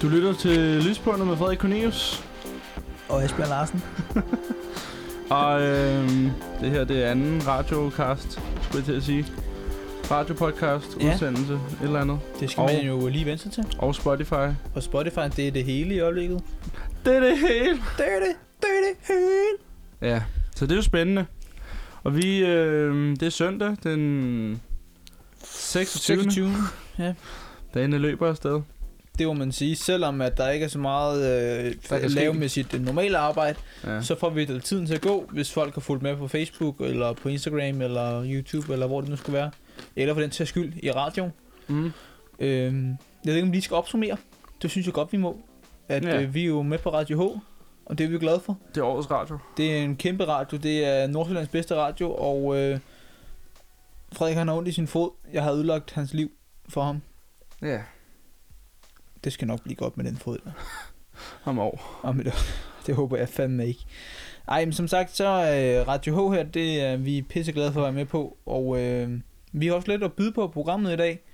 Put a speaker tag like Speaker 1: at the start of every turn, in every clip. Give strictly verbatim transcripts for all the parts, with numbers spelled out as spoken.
Speaker 1: Du lytter til Lyspunktet med Frederik Cornelius
Speaker 2: og Esbjørn Larsen.
Speaker 1: Og øhm, det her, det er anden radiocast, skulle jeg til at sige. Radiopodcast,
Speaker 2: ja.
Speaker 1: udsendelse, et eller andet.
Speaker 2: Det skal og, man jo lige vente sig til.
Speaker 1: Og Spotify.
Speaker 2: Og Spotify, det er det hele i øjeblikket.
Speaker 1: Det er det hele.
Speaker 2: Det er det, det er det hele.
Speaker 1: Ja, så det er jo spændende. Og vi, øh, det er søndag, den seksogtyvende
Speaker 2: seksogtyvende Ja.
Speaker 1: Dagen løber afsted.
Speaker 2: Det må man sige. Selvom at der ikke er så meget øh, lave med sit normale arbejde, ja. Så får vi tiden til at gå, hvis folk har fulgt med på Facebook, eller på Instagram, eller YouTube, eller hvor det nu skal være. Eller for den til skyld i radioen.
Speaker 1: Mm.
Speaker 2: Øhm, jeg ved ikke, om vi lige skal opsummere. Det synes jeg godt, vi må. At ja. øh, vi er jo med på Radio H, og det er vi glade for.
Speaker 1: Det er årets radio.
Speaker 2: Det er en kæmpe radio. Det er Nordsjællands bedste radio, og øh, Frederik han har ondt i sin fod. Jeg har ødelagt hans liv for ham.
Speaker 1: Ja.
Speaker 2: Det skal nok blive godt med den fod.
Speaker 1: Om år.
Speaker 2: Om det, det håber jeg fandme ikke. Ej, men som sagt, så øh, Radio H her, det er vi pisseglade for at være med på. Og øh, vi har også lidt at byde på programmet i dag.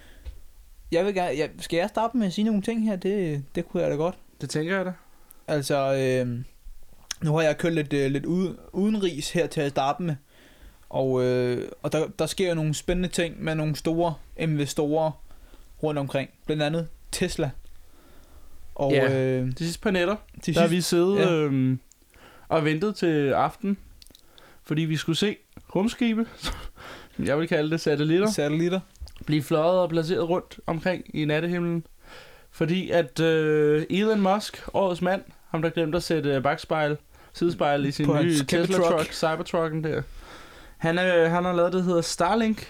Speaker 2: Jeg vil gerne, jeg, skal jeg starte med at sige nogle ting her? Det, det kunne jeg da godt.
Speaker 1: Det tænker jeg da.
Speaker 2: Altså, øh, nu har jeg kørt lidt, øh, lidt ude, udenrigs her til at starte med. Og, øh, og der, der sker jo nogle spændende ting med nogle store investorer rundt omkring. Blandt andet Tesla. Og
Speaker 1: ja,
Speaker 2: øh,
Speaker 1: de sidste par nætter,
Speaker 2: de
Speaker 1: der
Speaker 2: sidste,
Speaker 1: har vi siddet
Speaker 2: ja.
Speaker 1: øh, og ventet til aften, fordi vi skulle se rumskibe, jeg vil kalde det satellitter,
Speaker 2: satellitter.
Speaker 1: blive fløjet og placeret rundt omkring i nattehimlen. Fordi at øh, Elon Musk, årets mand, ham der glemte at sætte bagspejl, sidespejl i sin
Speaker 2: på
Speaker 1: nye Tesla truck,
Speaker 2: truck,
Speaker 1: Cybertrucken der, han, øh, han har lavet det, der hedder Starlink,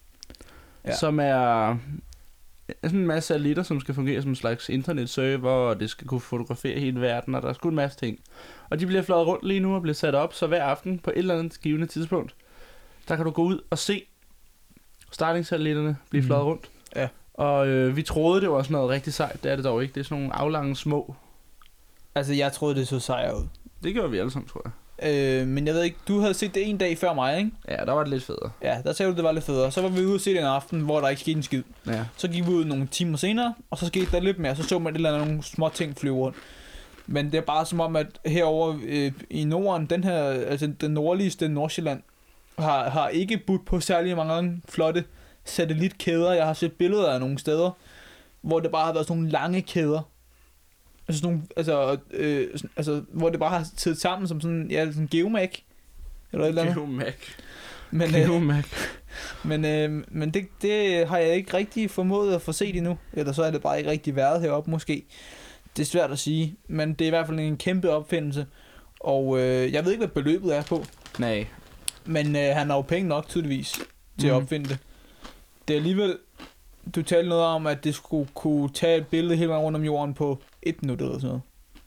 Speaker 1: ja. Som er sådan en masse satellitter, som skal fungere som en slags internetserver, og det skal kunne fotografere hele verden, og der er sgu en masse ting. Og de bliver fløjet rundt lige nu og bliver sat op, så hver aften på et eller andet givende tidspunkt, der kan du gå ud og se Starlink-satellitterne blive fløjet mm. rundt.
Speaker 2: Ja.
Speaker 1: Og øh, vi troede, det var sådan noget rigtig sejt, det er det dog ikke. Det er sådan nogle aflange små.
Speaker 2: Altså, jeg troede, det så sejt ud.
Speaker 1: Det gjorde vi alle sammen, tror jeg.
Speaker 2: Øh, men jeg ved ikke, du havde set det en dag før mig, ikke?
Speaker 1: Ja, der var det lidt federe.
Speaker 2: Ja, der sagde du, det var lidt federe. Så var vi ude og se det en aften, hvor der ikke skete en skid.
Speaker 1: Ja.
Speaker 2: Så gik vi ud nogle timer senere, og så skete der lidt mere. Så så man et eller andet, nogle små ting flyve rundt. Men det er bare som om, at herover øh, i Norden, den her, altså den nordligste Nordsjælland, har, har ikke budt på særlig mange flotte satellitkæder. Jeg har set billeder af nogle steder, hvor det bare har været sådan nogle lange kæder. Altså, sådan nogle, altså, øh, sådan, altså hvor det bare har siddet sammen som sådan, ja, sådan en geomag. Eller et eller andet.
Speaker 1: Geomag.
Speaker 2: Men,
Speaker 1: Geomag.
Speaker 2: Øh, men, øh, men det, det har jeg ikke rigtig formået at få set endnu. Eller så er det bare ikke rigtig været heroppe måske. Det er svært at sige. Men det er i hvert fald en kæmpe opfindelse. Og øh, jeg ved ikke, hvad beløbet er på.
Speaker 1: Nej.
Speaker 2: Men øh, han har jo penge nok tydeligvis til mm. at opfinde det. Det er alligevel... Du talte noget om, at det skulle kunne tage et billede hele vejen rundt om jorden på et minut eller sådan noget.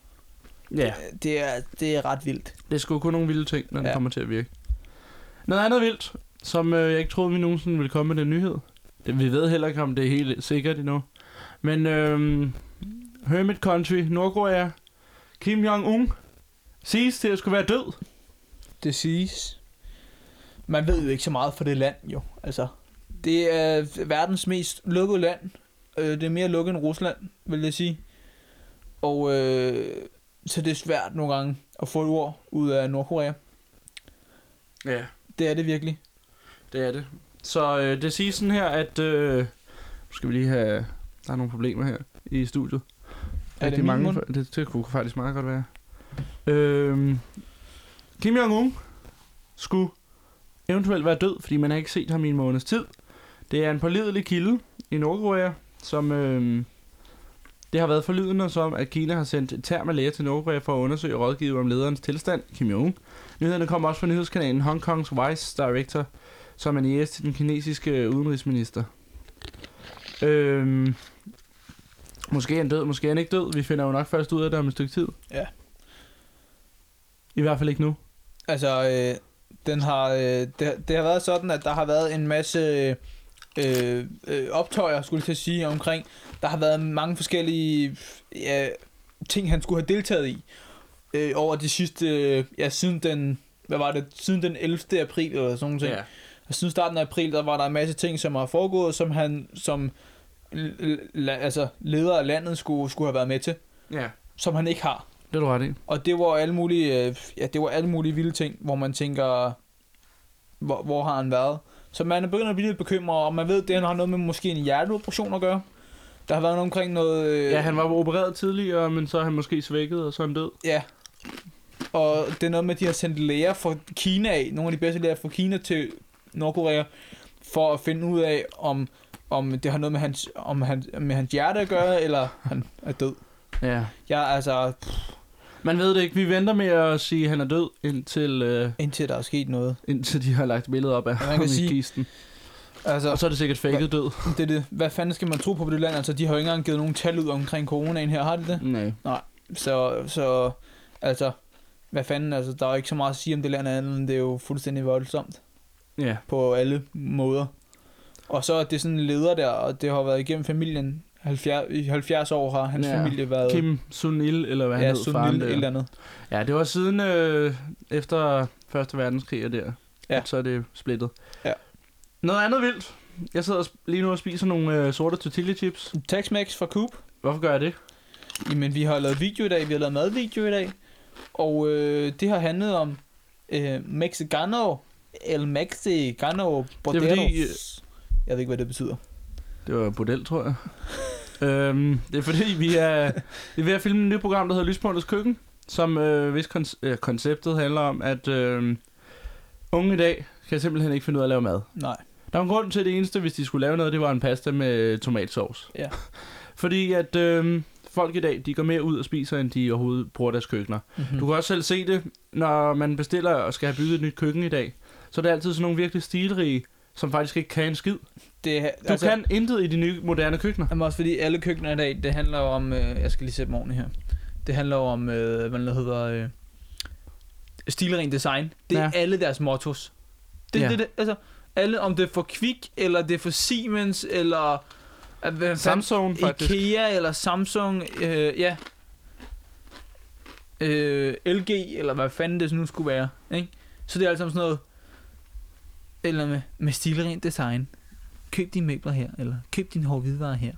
Speaker 1: Ja.
Speaker 2: Det, det, er, det er ret vildt.
Speaker 1: Det er sgu kun nogle vilde ting, når ja. Det kommer til at virke. Noget andet vildt, som øh, jeg ikke troede, vi nogensinde ville komme med den nyhed. Det, vi ved heller ikke, om det er helt sikkert endnu. Men øh, Hermit Country, Nordkorea, Kim Jong-un, siges til at skulle være død.
Speaker 2: Det siges. Man ved jo ikke så meget for det land, jo. Altså... Det er verdens mest lukkede land. Det er mere lukket end Rusland, vil jeg sige. Og øh, så det er svært nogle gange at få et ord ud af Nordkorea.
Speaker 1: Ja.
Speaker 2: Det er det virkelig.
Speaker 1: Det er det. Så øh, det siger sådan her, at... Øh, nu skal vi lige have... Der er nogle problemer her i studiet.
Speaker 2: Er det min
Speaker 1: mange,
Speaker 2: mund?
Speaker 1: Det, det kunne faktisk meget godt være. Øh, Kim Jong-un skulle eventuelt være død, fordi man har ikke set ham i en måneds tid. Det er en pålidelig kilde i Nordkorea, som øh, det har været forlydende som, at Kina har sendt et term af læger til Nordkorea for at undersøge og rådgive om lederens tilstand, Kim Jong-un. Nyhederne kommer også fra nyhedskanalen Hong Kongs Vice Director, som er næst til den kinesiske udenrigsminister. Øh, måske er han død, måske er han ikke død. Vi finder jo nok først ud af det om et stykke tid.
Speaker 2: Ja.
Speaker 1: I hvert fald ikke nu.
Speaker 2: Altså... Øh Den har, øh, det, det har været sådan, at der har været en masse øh, øh, optøjer, skulle jeg til at sige, omkring. Der har været mange forskellige ja, ting, han skulle have deltaget i øh, over de sidste, øh, ja, siden den, hvad var det, siden den ellevte april eller sådan noget.
Speaker 1: Yeah.
Speaker 2: Siden starten af april, der var der en masse ting, som har foregået, som han, som la, altså leder af landet skulle, skulle have været med til,
Speaker 1: Ja,
Speaker 2: som han ikke har.
Speaker 1: det er du ret i.
Speaker 2: Og det var alle mulige, øh, ja, det var alle mulige vilde ting, hvor man tænker, hvor, hvor har han været? Så man er begyndt at blive lidt bekymret, og man ved, at det har noget med måske en hjerteoperation at gøre. Der har været noget omkring noget... Øh,
Speaker 1: Ja, han var opereret tidligere, men så er han måske svækket, og så er han død.
Speaker 2: Ja. Og det er noget med, at de har sendt læger fra Kina af, nogle af de bedste læger fra Kina til Nordkorea, for at finde ud af, om, om det har noget med hans, om han, med hans hjerte at gøre, eller han er død.
Speaker 1: Ja.
Speaker 2: Ja, altså... Pff,
Speaker 1: Man ved det ikke. Vi venter med at sige, at han er død, indtil, øh,
Speaker 2: indtil der er sket noget.
Speaker 1: indtil de har lagt billedet op af
Speaker 2: Ja, man
Speaker 1: ham
Speaker 2: kan
Speaker 1: i
Speaker 2: sige-
Speaker 1: kisten.
Speaker 2: Altså,
Speaker 1: Og så er det sikkert faked død.
Speaker 2: det er det. Hvad fanden skal man tro på på det land? Altså, de har jo ikke engang givet nogen tal ud omkring coronaen her, har de det?
Speaker 1: Nej.
Speaker 2: Så, så altså, hvad fanden, altså, der er jo ikke så meget at sige om det land andet, end det er jo fuldstændig voldsomt
Speaker 1: Ja.
Speaker 2: på alle måder. Og så er det sådan en leder der, og det har været igennem familien. halvfjerds, I halvfjerds år har hans
Speaker 1: Ja.
Speaker 2: ja. familie været...
Speaker 1: Kim Sun-il, eller hvad han
Speaker 2: ja,
Speaker 1: hed,
Speaker 2: sådan
Speaker 1: faren
Speaker 2: et
Speaker 1: der.
Speaker 2: eller andet.
Speaker 1: Ja, det var siden øh, efter første verdenskrig og der.
Speaker 2: Ja.
Speaker 1: Så er det splittet.
Speaker 2: Ja.
Speaker 1: Noget andet vildt. Jeg sidder sp- lige nu og spiser nogle øh, sorte tortilla chips.
Speaker 2: Tex-Mex fra Coop.
Speaker 1: Hvorfor gør jeg det?
Speaker 2: Jamen, vi har lavet video i dag, vi har lavet madvideo i dag. Og øh, det har handlet om øh, Mexicano, El Mexicano Borderos.
Speaker 1: Det er fordi, øh,
Speaker 2: Jeg ved ikke, hvad det betyder.
Speaker 1: Det var bordel, tror jeg. øhm, det er fordi, vi er, vi er ved at filme et nyt program, der hedder Lyspunktets Køkken, som øh, hvis kon- øh, konceptet handler om, at øh, unge i dag kan simpelthen ikke finde ud af at lave mad.
Speaker 2: Nej.
Speaker 1: Der var en grund til, at det eneste, hvis de skulle lave noget, det var en pasta med tomatsauce.
Speaker 2: Ja.
Speaker 1: Fordi at øh, folk i dag, de går mere ud og spiser, end de overhovedet bruger deres køkkener.
Speaker 2: Mm-hmm.
Speaker 1: Du kan også selv se det, når man bestiller og skal have bygget et nyt køkken i dag. Så er det altid sådan nogle virkelig stilrige, som faktisk ikke kan en skid.
Speaker 2: Det,
Speaker 1: Du altså, kan intet i de nye moderne køkkener.
Speaker 2: Jamen også fordi alle køkkener i dag, det handler jo om, øh, jeg skal lige sætte mig ordentligt her. Det handler jo om, øh, hvad det hedder, øh, stilren design. Det er
Speaker 1: Ja.
Speaker 2: alle deres mottos. Det,
Speaker 1: Ja.
Speaker 2: det, det, altså, alle, om det er for Kvik, eller det er for Siemens, eller øh, hvad fanden,
Speaker 1: Samsung, faktisk.
Speaker 2: Ikea, eller Samsung, øh, ja. Øh, L G, eller hvad fanden det nu skulle være. Ikke? Så det er altså sådan noget, eller med, med stilrent design. Køb dine møbler her, eller køb dine hårde hvidvarer her.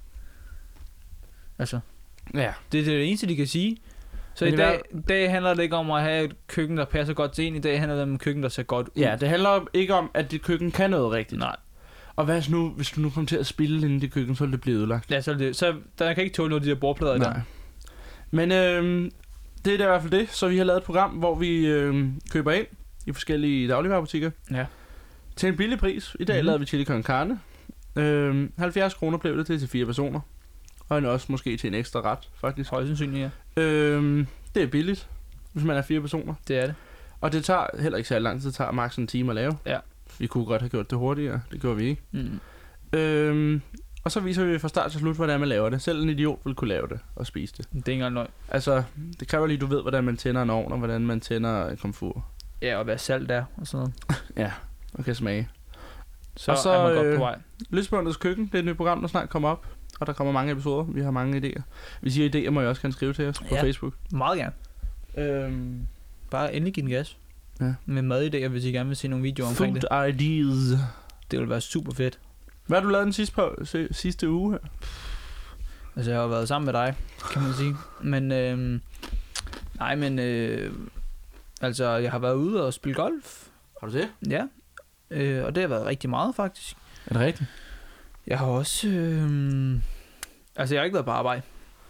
Speaker 2: Altså,
Speaker 1: Ja.
Speaker 2: det er det eneste, de kan sige. Så
Speaker 1: Men
Speaker 2: i
Speaker 1: i
Speaker 2: dag, dag handler det ikke om at have et køkken, der passer godt til en. I dag handler det om et køkken, der ser godt ud.
Speaker 1: Ja, det handler ikke om, at dit køkken kan noget rigtigt.
Speaker 2: Nej.
Speaker 1: Og hvad nu, hvis du nu kommer til at spille inde i dit køkken, så vil det blive ødelagt.
Speaker 2: Ja, så, er det, så der kan ikke tåle noget af de der bordplader der.
Speaker 1: Nej. Men øh, det er da i hvert fald det. Så vi har lavet et program, hvor vi øh, køber ind i forskellige dagligvarebutikker.
Speaker 2: Ja.
Speaker 1: Til en billig pris. I dag
Speaker 2: Mhm.
Speaker 1: lavede vi chili con carne. Øh, halvfjerds kroner blev det til til fire personer. Og en også måske til en ekstra ret, faktisk.
Speaker 2: Højst sandsynligt, ja.
Speaker 1: Øh, det er billigt, hvis man er fire personer.
Speaker 2: Det er det.
Speaker 1: Og det tager heller ikke så lang tid. Det tager maks en time at lave.
Speaker 2: Ja.
Speaker 1: Vi kunne godt have gjort det hurtigere. Det gjorde vi ikke.
Speaker 2: Mm.
Speaker 1: Øhm, og så viser vi fra start til slut, hvordan man laver det. Selv en idiot vil kunne lave det og spise det.
Speaker 2: Det er ikke engang løgn.
Speaker 1: Altså, det kræver lige, at du ved, hvordan man tænder en ovn, og hvordan man tænder en komfur.
Speaker 2: Ja, og hvad salt er og sådan noget.
Speaker 1: Ja, og kan smage.
Speaker 2: Så,
Speaker 1: Og
Speaker 2: så
Speaker 1: så,
Speaker 2: er man godt
Speaker 1: øh,
Speaker 2: på vej.
Speaker 1: Lyspunktets Køkken, det er et nyt program, der snart kommer op. Og der kommer mange episoder. Vi har mange idéer. Hvis I har idéer, må I også gerne skrive til os på
Speaker 2: Ja.
Speaker 1: Facebook.
Speaker 2: Meget gerne.
Speaker 1: Øhm,
Speaker 2: Bare endelig give en gas.
Speaker 1: Ja.
Speaker 2: Med madidéer, hvis I gerne vil se nogle videoer omkring det.
Speaker 1: food ideas.
Speaker 2: Det vil være super fedt.
Speaker 1: Hvad har du lavet den sidste, på, se- sidste uge her?
Speaker 2: Altså, jeg har været sammen med dig, kan man sige. Men, øhm, nej, men, øh, altså, jeg har været ude og spille golf.
Speaker 1: Har du det?
Speaker 2: Ja. Øh, og det har været rigtig meget, faktisk.
Speaker 1: Er det rigtigt?
Speaker 2: Jeg har også, øh, altså, jeg har ikke været på arbejde,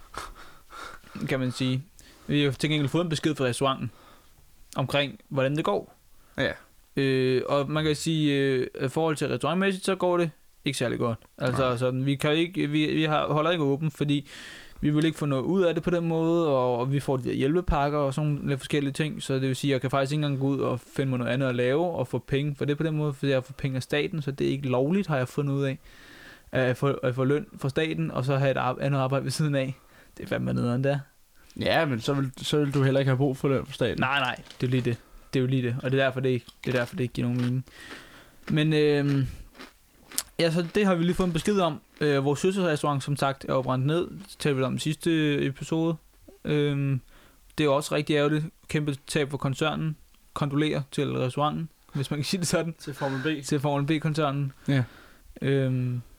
Speaker 2: kan man sige. Vi har til gengæld fået en besked fra restauranten omkring, hvordan det går.
Speaker 1: Ja.
Speaker 2: Øh, og man kan sige, øh, i forhold til restaurantmæssigt, så går det ikke særlig godt. Altså, sådan, vi kan ikke, vi, vi har, holder ikke åben, fordi vi vil ikke få noget ud af det på den måde, og, og vi får de der hjælpepakker og sådan lidt forskellige ting, så det vil sige, at jeg kan faktisk ikke engang gå ud og finde mig noget andet at lave, og få penge for det på den måde, fordi jeg har fået penge af staten, så det er ikke lovligt, har jeg fundet ud af, at få, at få løn fra staten, og så have et ar- andet arbejde ved siden af. Det er fandme nederen der.
Speaker 1: Ja, men så vil, så vil du heller ikke have brug for det for staten.
Speaker 2: Nej, nej, det er jo lige det. Det er jo lige det, og det er derfor, det ikke, det er derfor, det ikke giver nogen mening. Men øh, ja, så det har vi lige fået en besked om. Øh, vores søsterrestaurant, som sagt, er jo brændt ned. Det talte vi om i sidste episode. Øh, det er også rigtig ærgerligt. Kæmpe tab for koncernen. Kondolerer til restauranten, hvis man kan sige det sådan.
Speaker 1: Til Formel B.
Speaker 2: Til Formel B-koncernen.
Speaker 1: Ja.
Speaker 2: Øh,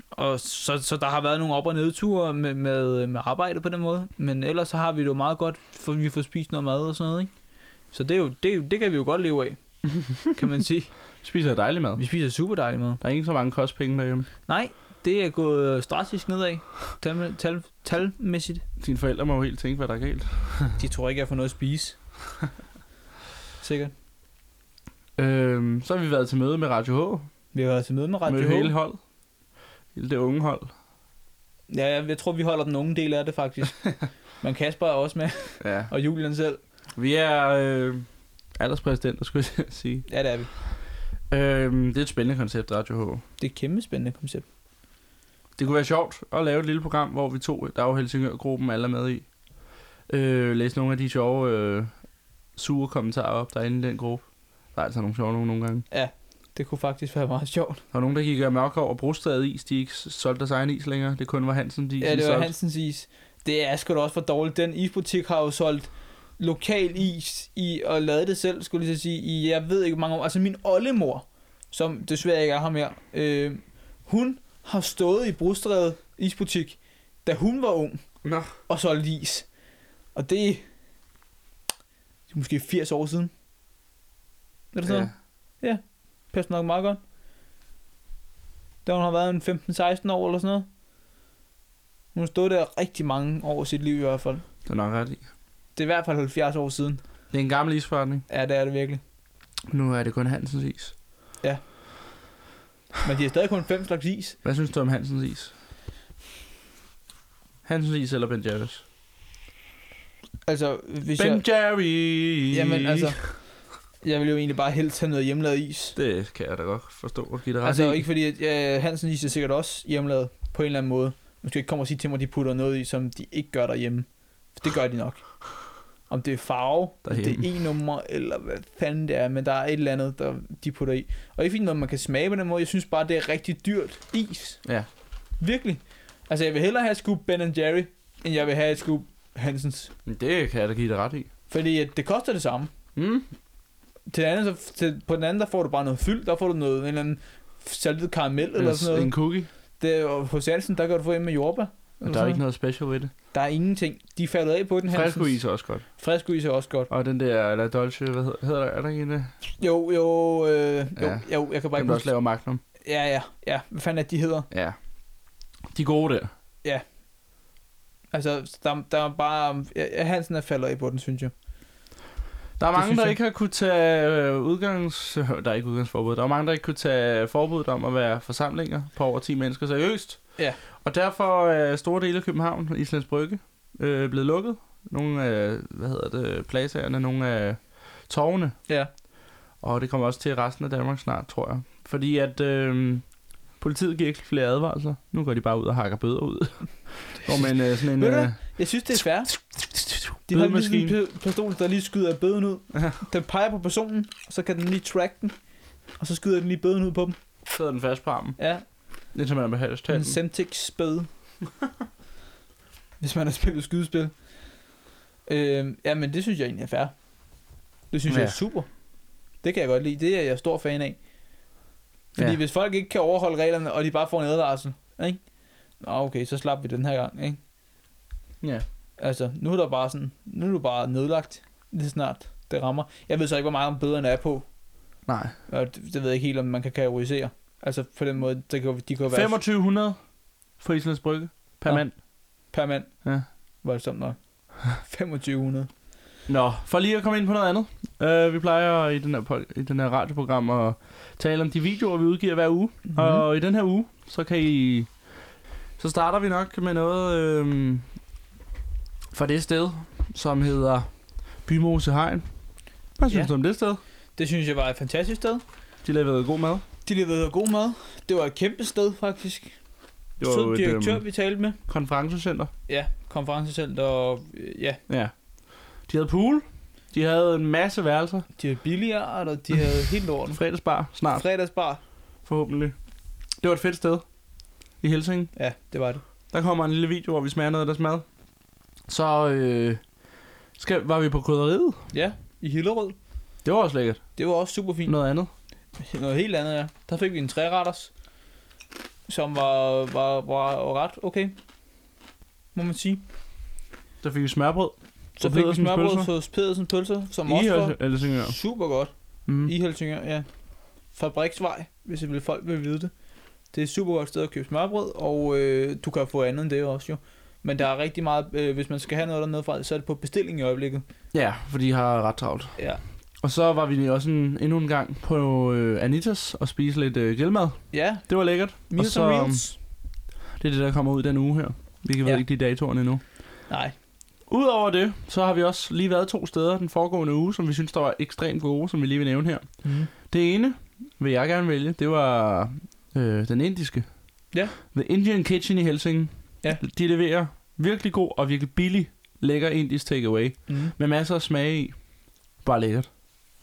Speaker 2: Og så, så der har været nogle op- og nedture med, med, med arbejde på den måde. Men ellers så har vi det jo meget godt, for vi får spist noget mad og sådan noget, ikke? Så det, er jo, det, er jo, det kan vi jo godt leve af, kan man sige.
Speaker 1: Vi spiser dejlig mad.
Speaker 2: Vi spiser super dejlig mad.
Speaker 1: Der er ikke så mange kostpenge derhjemme.
Speaker 2: Nej, det er gået drastisk nedad, tal, tal, talmæssigt.
Speaker 1: Dine forældre må jo helt tænke, hvad der er galt.
Speaker 2: De tror ikke, jeg får noget at spise. Sikkert.
Speaker 1: Øhm, så har vi været til møde med Radio H.
Speaker 2: Vi har været til møde med Radio
Speaker 1: Med
Speaker 2: H.
Speaker 1: hele hold. Hele det unge hold.
Speaker 2: Ja, jeg, jeg tror, vi holder den unge del af det, faktisk. Men Kasper er også med,
Speaker 1: Ja.
Speaker 2: og Julian selv.
Speaker 1: Vi er øh, alderspræsidenter, skulle jeg sige.
Speaker 2: Ja, det er vi.
Speaker 1: Øhm, det er et spændende koncept, Radio H.
Speaker 2: Det er et kæmpe spændende koncept.
Speaker 1: Det kunne være sjovt at lave et lille program, hvor vi to, der er jo Helsingør-gruppen, alle er med i. Øh, læse nogle af de sjove, øh, sure kommentarer op, der er inde i den gruppe. Der er altså nogle sjove nogle, nogle gange.
Speaker 2: Ja, det kunne faktisk være meget sjovt.
Speaker 1: Der var nogen, der gik mørk over Brostad is. De ikke solgte deres egen is længere. Det kun var Hansens is.
Speaker 2: Ja, det var
Speaker 1: solgte.
Speaker 2: Hansens is. Det er sgu da også for dårligt. Den isbutik har jo solgt lokal is i og lavet det selv, skulle jeg sige, i jeg ved ikke hvor mange år. Altså min oldemor, som desværre ikke er her mere, øh, hun har stået i Brostræde isbutik, da hun var ung,
Speaker 1: Nå.
Speaker 2: og solgt is. Og det, det er måske firs år siden. Er det sådan noget?
Speaker 1: Ja.
Speaker 2: Passer nok meget godt. Da hun har været en femten seksten år eller sådan noget. Hun har stået der rigtig mange år i sit liv i hvert fald.
Speaker 1: Det er nok ret i.
Speaker 2: Det er i hvert fald halvfjerds år siden.
Speaker 1: Det er en gammel isforretning.
Speaker 2: Ja, det er det virkelig.
Speaker 1: Nu er det kun Hansens is.
Speaker 2: Men de har stadig kun fem slags is.
Speaker 1: Hvad synes du om Hansens is? Hansens is eller Ben Jerry's?
Speaker 2: Altså, hvis
Speaker 1: Ben
Speaker 2: jeg...
Speaker 1: Jerry!
Speaker 2: Jamen, altså... Jeg vil jo egentlig bare helst have noget hjemmelavet is.
Speaker 1: Det kan jeg da godt forstå, at give det ret
Speaker 2: Altså,
Speaker 1: i.
Speaker 2: ikke fordi, at ja, Hansen is er sikkert også hjemmelavet på en eller anden måde. Du skal ikke komme og sige til mig, at de putter noget i, som de ikke gør derhjemme. For det gør de nok. Om det er farve,
Speaker 1: Derhjemme.
Speaker 2: det er e-nummer, eller hvad fanden det er, men der er et eller andet, der de putter i. Og ikke fordi noget, man kan smage på den måde. Jeg synes bare, det er rigtig dyrt is.
Speaker 1: Ja.
Speaker 2: Virkelig. Altså, jeg vil hellere have et scoop Ben and Jerry, end jeg vil have et scoop Hansens.
Speaker 1: Det kan jeg da give det ret i.
Speaker 2: Fordi at det koster det samme.
Speaker 1: Mm.
Speaker 2: Til anden, så, til, på den anden, der får du bare noget fyld. Der får du noget, en eller anden saltet karamel eller, eller sådan noget.
Speaker 1: En cookie.
Speaker 2: Det, og hos Hansen, der kan du få en med jordbær.
Speaker 1: Og der er ikke noget special ved det.
Speaker 2: Der er ingenting. De faldet af på den her.
Speaker 1: Frisk is er også godt.
Speaker 2: Frisk is er også godt.
Speaker 1: Og den der, eller Dolce, hvad hedder, hedder der, er der ikke en der?
Speaker 2: Jo, jo, øh, jo,
Speaker 1: Ja.
Speaker 2: jo, jeg kan bare
Speaker 1: Den
Speaker 2: ikke
Speaker 1: der også
Speaker 2: huske.
Speaker 1: laver Magnum.
Speaker 2: Ja, ja, ja. Hvad fanden er de hedder?
Speaker 1: Ja. De er gode der.
Speaker 2: Altså, der, der er bare... Ja, Hansen er faldet af på den, synes jeg.
Speaker 1: Der er
Speaker 2: Det
Speaker 1: mange,
Speaker 2: synes
Speaker 1: der
Speaker 2: jeg.
Speaker 1: ikke har kunne tage øh, udgangs... Der er ikke udgangsforbud. Der er mange, der ikke kunne tage forbuddet om at være forsamlinger på over ti mennesker seriøst.
Speaker 2: Ja.
Speaker 1: Og derfor er store dele af København, Islands Brygge, øh, blevet lukket. Nogle af, hvad hedder det, pladsagerne, nogle af torvene.
Speaker 2: Ja.
Speaker 1: Og det kommer også til resten af Danmark snart, tror jeg. Fordi at øh, politiet giver ikke flere advarsler. Nu går de bare ud og hakker bøder ud. Hvor man øh, sådan en...
Speaker 2: Ved du
Speaker 1: Øh,
Speaker 2: hvad? Jeg synes, det er fair. De har lige sådan
Speaker 1: bødemaskine.
Speaker 2: en pi- pistol, der lige skyder bøden ud.
Speaker 1: Ja.
Speaker 2: Den peger på personen, og så kan den lige track den. Og så skyder den lige bøden ud på dem.
Speaker 1: Sidder den fast på armen.
Speaker 2: Ja,
Speaker 1: Det er som man behalder
Speaker 2: en
Speaker 1: tanden.
Speaker 2: Semtex bøde. Hvis man har spillet skydespil. Øh, ja, men det synes jeg egentlig er fair. Det synes ja.
Speaker 1: Ja.
Speaker 2: jeg er super. Det kan jeg godt lide. Det er jeg stor fan af. Fordi
Speaker 1: Ja.
Speaker 2: hvis folk ikke kan overholde reglerne, og de bare får en advarsel, ikke? Nå, okay, så slap vi den her gang, ikke?
Speaker 1: Ja.
Speaker 2: Altså, nu er der bare sådan, nu er du bare nedlagt lige snart det rammer. Jeg ved så ikke, hvor meget bøderne er på.
Speaker 1: Nej.
Speaker 2: Og det, det ved jeg ikke helt, om man kan kategorisere. Altså, på den måde, det kan, de kan være
Speaker 1: femogtyve hundrede for Islands Brygge per
Speaker 2: Nå.
Speaker 1: mand.
Speaker 2: per mand.
Speaker 1: Ja.
Speaker 2: Voldsomt nok. femogtyve hundrede.
Speaker 1: Nå, for lige at komme ind på noget andet. Uh, vi plejer i den, her, pod- i den her radioprogram at tale om de videoer, vi udgiver hver uge.
Speaker 2: Mhm.
Speaker 1: Mm-hmm. Og i den her uge, så kan I... Så starter vi nok med noget øhm, fra det sted, som hedder Bymose Hegn. Hvad synes
Speaker 2: Ja.
Speaker 1: du om det sted?
Speaker 2: Det synes jeg var et fantastisk sted.
Speaker 1: De leverede god mad.
Speaker 2: De leverede god mad. Det var et kæmpe sted, faktisk.
Speaker 1: Det var jo
Speaker 2: Sød
Speaker 1: et
Speaker 2: direktør,
Speaker 1: øhm,
Speaker 2: vi talte med.
Speaker 1: konferencecenter.
Speaker 2: Ja, konferencecenter og øh, ja,
Speaker 1: Ja. De havde pool. De havde en masse værelser.
Speaker 2: de havde billiard, og de havde helt lorten.
Speaker 1: Fredagsbar snart,
Speaker 2: Fredagsbar.
Speaker 1: forhåbentlig. Det var et fedt sted i Helsinge.
Speaker 2: Ja, det var det.
Speaker 1: Der kommer en lille video, hvor vi smager noget af deres mad. Så øh, skal, var vi på krydderiet.
Speaker 2: Ja, i Hillerød.
Speaker 1: Det var også lækkert.
Speaker 2: Det var også super fint.
Speaker 1: Noget andet.
Speaker 2: Noget helt andet, ja. Der fik vi en træretters. som var, var, var ret okay, må man sige.
Speaker 1: Der fik vi smørbrød.
Speaker 2: Så fik vi smørbrød hos Pedersens Pølser, som også var
Speaker 1: Helsingør.
Speaker 2: super godt.
Speaker 1: Mm.
Speaker 2: I Helsingør, ja. Fabriksvej, hvis vil folk vil vide det. Det er et super godt sted at købe smørbrød, og øh, du kan få andet end det også jo. Men der er rigtig meget, øh, hvis man skal have noget dernede fra, så er det på bestilling i øjeblikket.
Speaker 1: Ja, fordi de har ret travlt.
Speaker 2: Ja.
Speaker 1: Og så var vi også en, endnu en gang på øh, Anitas og spise lidt øh, grillmad.
Speaker 2: Ja.
Speaker 1: Det var lækkert.
Speaker 2: Meals
Speaker 1: og så,
Speaker 2: and Reels.
Speaker 1: Det er det, der kommer ud den uge her. Vi kan ja. ved ikke de datoerne endnu.
Speaker 2: Nej.
Speaker 1: Udover det, så har vi også lige været to steder den foregående uge, som vi synes, der var ekstremt gode, som vi lige vil nævne her.
Speaker 2: Mm.
Speaker 1: Det ene vil jeg gerne vælge, det var øh, den indiske.
Speaker 2: Ja.
Speaker 1: The Indian Kitchen i Helsingør.
Speaker 2: Ja.
Speaker 1: De leverer virkelig god og virkelig billig, lækker indisk takeaway.
Speaker 2: Mm.
Speaker 1: Med masser af smag i. Bare lækkert.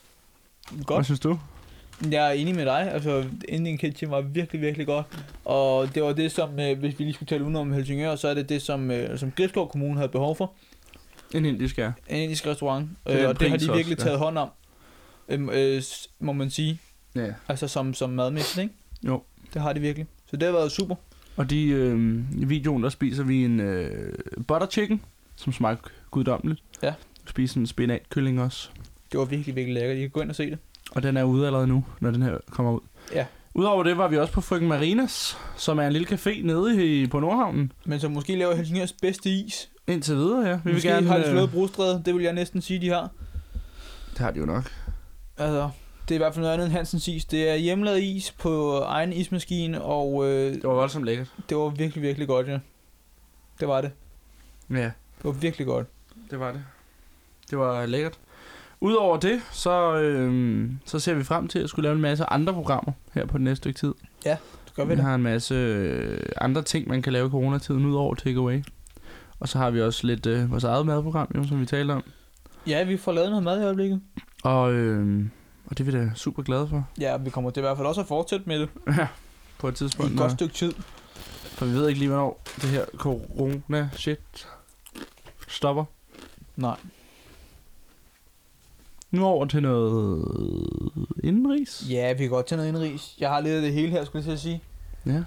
Speaker 2: Godt.
Speaker 1: Hvad synes du?
Speaker 2: Jeg er enig med dig. Altså, Indian Kitchen var virkelig, virkelig godt. Og det var det, som, øh, hvis vi lige skulle tale udenom Helsingør, så er det det, som, øh, som Gribskov Kommune havde behov for.
Speaker 1: En indisk, ja.
Speaker 2: En indisk restaurant.
Speaker 1: Det
Speaker 2: Øh, og det har de virkelig
Speaker 1: også,
Speaker 2: taget
Speaker 1: ja.
Speaker 2: hånd om. Øhm, øh, må man sige.
Speaker 1: Ja.
Speaker 2: Altså som, som madmæssigt, ikke?
Speaker 1: Jo.
Speaker 2: Det har de virkelig. Så det har været super.
Speaker 1: Og de, øh, i videoen, der spiser vi en øh, butter chicken, som smager guddommeligt.
Speaker 2: Ja.
Speaker 1: Spiser en spinatkylling også.
Speaker 2: Det var virkelig, virkelig lækkert. I kan gå ind og se det.
Speaker 1: Og den er ude allerede nu, når den her kommer ud.
Speaker 2: Ja.
Speaker 1: Udover det var vi også på Frøken Marinas, som er en lille café nede i, på Nordhavnen.
Speaker 2: Men som måske laver Helsingørs bedste is.
Speaker 1: Indtil videre, ja. Vi
Speaker 2: Måske
Speaker 1: vil gerne,
Speaker 2: har de
Speaker 1: øh,
Speaker 2: slået Brostræde. Det vil jeg næsten sige, de har.
Speaker 1: Det har de jo nok.
Speaker 2: Altså, det er i hvert fald noget andet end Hansens is. Det er hjemmelavet is på egen ismaskine, og øh,
Speaker 1: Det var voldsomt lækkert.
Speaker 2: det var virkelig, virkelig godt, ja. Det var det.
Speaker 1: Ja,
Speaker 2: Det var virkelig godt.
Speaker 1: det var det. Det var lækkert. Udover det, så, øh, så ser vi frem til at skulle lave en masse andre programmer her på det næste stykke tid.
Speaker 2: Det gør vi
Speaker 1: Vi
Speaker 2: det.
Speaker 1: har en masse øh, andre ting, man kan lave i coronatiden, udover takeaway. Og så har vi også lidt øh, vores eget madprogram, jo, som vi talte om.
Speaker 2: Ja, vi får lavet noget mad i øjeblikket.
Speaker 1: Og, øh, og det er vi da super glade for.
Speaker 2: Ja, vi kommer til i hvert fald også at fortsætte med det.
Speaker 1: Ja, på et
Speaker 2: I
Speaker 1: tidspunkt.
Speaker 2: et godt
Speaker 1: når-
Speaker 2: stykke tid.
Speaker 1: For vi ved ikke lige, hvornår det her corona-shit stopper.
Speaker 2: Nej.
Speaker 1: Nu over til noget indenrigs.
Speaker 2: Ja, vi kan godt tage noget indrigs. Jeg har lidt af det hele her, skulle jeg til at sige.
Speaker 1: Ja.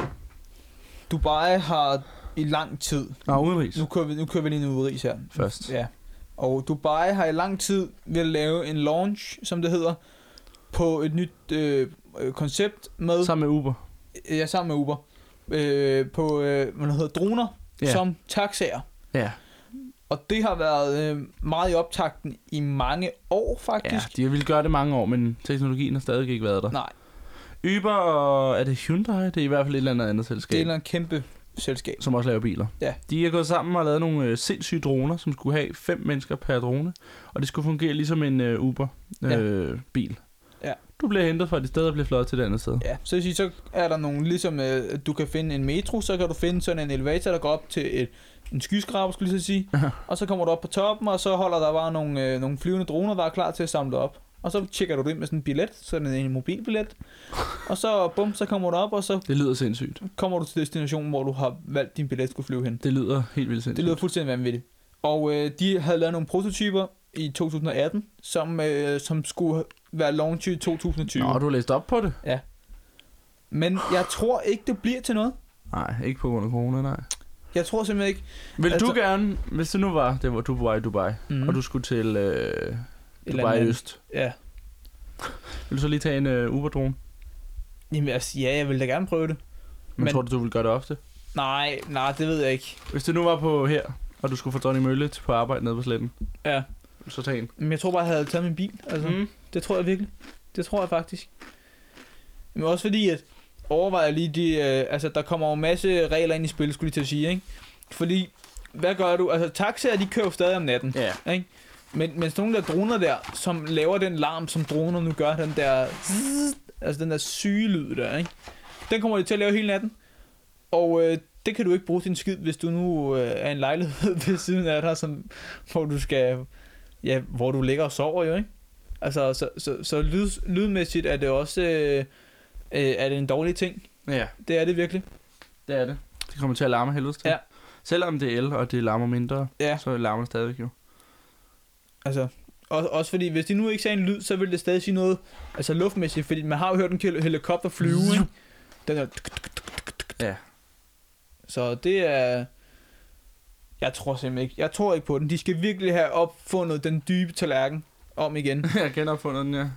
Speaker 2: Dubai har i lang tid...
Speaker 1: Nå, udenrigs.
Speaker 2: Nu kører vi, nu kører vi lige en udenrigs her.
Speaker 1: Først.
Speaker 2: Ja. Og Dubai har i lang tid vil lave en launch, som det hedder, på et nyt øh, øh, koncept med...
Speaker 1: Sammen med Uber.
Speaker 2: Ja, sammen med Uber. Øh, på, øh, hvad det hedder, droner,
Speaker 1: Ja.
Speaker 2: som taxaer.
Speaker 1: Ja.
Speaker 2: Og det har været øh, meget i optakten i mange år,
Speaker 1: Ja,
Speaker 2: faktisk.
Speaker 1: de har ville gøre det mange år, men teknologien har stadig ikke været der.
Speaker 2: Nej,
Speaker 1: Uber og... Er det Hyundai? Det er i hvert fald et eller andet andet selskab,
Speaker 2: det er en kæmpe selskab.
Speaker 1: som også laver biler.
Speaker 2: Ja.
Speaker 1: De er gået sammen og lavet nogle øh, sindssyge droner, som skulle have fem mennesker per drone. Og det skulle fungere ligesom en øh, Uber-bil.
Speaker 2: Ja.
Speaker 1: Øh, bil.
Speaker 2: Ja.
Speaker 1: Du bliver hentet fra det sted og bliver fløjet til det andet sted.
Speaker 2: Ja, så, vil sige, så er der nogle, ligesom øh, du kan finde en metro, så kan du finde sådan en elevator, der går op til et, en skyskraber, skulle jeg lige så sige. Og så kommer du op på toppen, og så holder der bare nogle, øh, nogle flyvende droner, der er klar til at samle dig op. Og så tjekker du ind med sådan en billet, sådan en mobilbillet. Og så bum, så kommer du op, og så
Speaker 1: Det lyder sindssygt.
Speaker 2: kommer du til destinationen, hvor du har valgt din billet skulle flyve hen.
Speaker 1: Det lyder helt vildt sindssygt.
Speaker 2: Det lyder fuldstændig vanvittigt. Og øh, de havde lavet nogle prototyper i to tusind og atten, som, øh, som skulle være launch i to tusind og tyve.
Speaker 1: Nå, du har læst op på det?
Speaker 2: Men jeg tror ikke, det bliver til noget.
Speaker 1: Nej, ikke på grund af corona, nej.
Speaker 2: Jeg tror simpelthen ikke.
Speaker 1: Vil
Speaker 2: Altså-
Speaker 1: du gerne, hvis det nu var, det var du var i Dubai,
Speaker 2: Mm.
Speaker 1: mm. og du skulle til øh,
Speaker 2: eller
Speaker 1: Dubai
Speaker 2: andet.
Speaker 1: Øst,
Speaker 2: Ja.
Speaker 1: vil du så lige tage en øh, Uber-drone?
Speaker 2: Jamen, altså, ja, jeg vil da gerne prøve det.
Speaker 1: Men,
Speaker 2: Men-
Speaker 1: tror du, du vil gøre det ofte?
Speaker 2: Nej, nej, det ved jeg ikke.
Speaker 1: Hvis det nu var på her, og du skulle få Dronning Mølle til på arbejde nede på sletten,
Speaker 2: Ja.
Speaker 1: så tag en.
Speaker 2: Men jeg tror bare, jeg havde taget min bil. Altså, mm.
Speaker 1: Mm.
Speaker 2: Det tror jeg virkelig. Det tror jeg faktisk. Men også fordi, at overvejer lige de... Øh, altså, der kommer jo en masse regler ind i spil, skulle jeg til at sige, ikke? Fordi, hvad gør du? Altså, taxaer, de kører jo stadig om natten.
Speaker 1: Ja.
Speaker 2: Ikke? Men, men sådan nogle der droner der, som laver den larm, som droner nu gør, den der... Zzz, altså, den der syge lyd der, ikke? Den kommer de til at lave hele natten. Og øh, det kan du ikke bruge til en skid, hvis du nu øh, er en lejlighed ved siden af dig, som, hvor du skal... Ja, hvor du ligger og sover jo, ikke? Altså, så, så, så lyd, lydmæssigt er det også øh, øh, er det en dårlig ting.
Speaker 1: Ja,
Speaker 2: Det er det virkelig.
Speaker 1: det er det. Det kommer til at larme helvedes til.
Speaker 2: Ja.
Speaker 1: Selvom det er el, og det larmer mindre,
Speaker 2: Ja,
Speaker 1: så larmer det stadigvæk jo.
Speaker 2: altså... Også, også fordi, hvis de nu ikke sagde en lyd, så ville det stadig sige noget altså luftmæssigt, fordi man har jo hørt en hel- helikopter flyve, ikke? Den der...
Speaker 1: Ja.
Speaker 2: Så det er... Jeg tror simpelthen ikke. Jeg tror ikke på den. De skal virkelig have opfundet den dybe tallerken om igen.
Speaker 1: Jeg kender opfundet den, ja.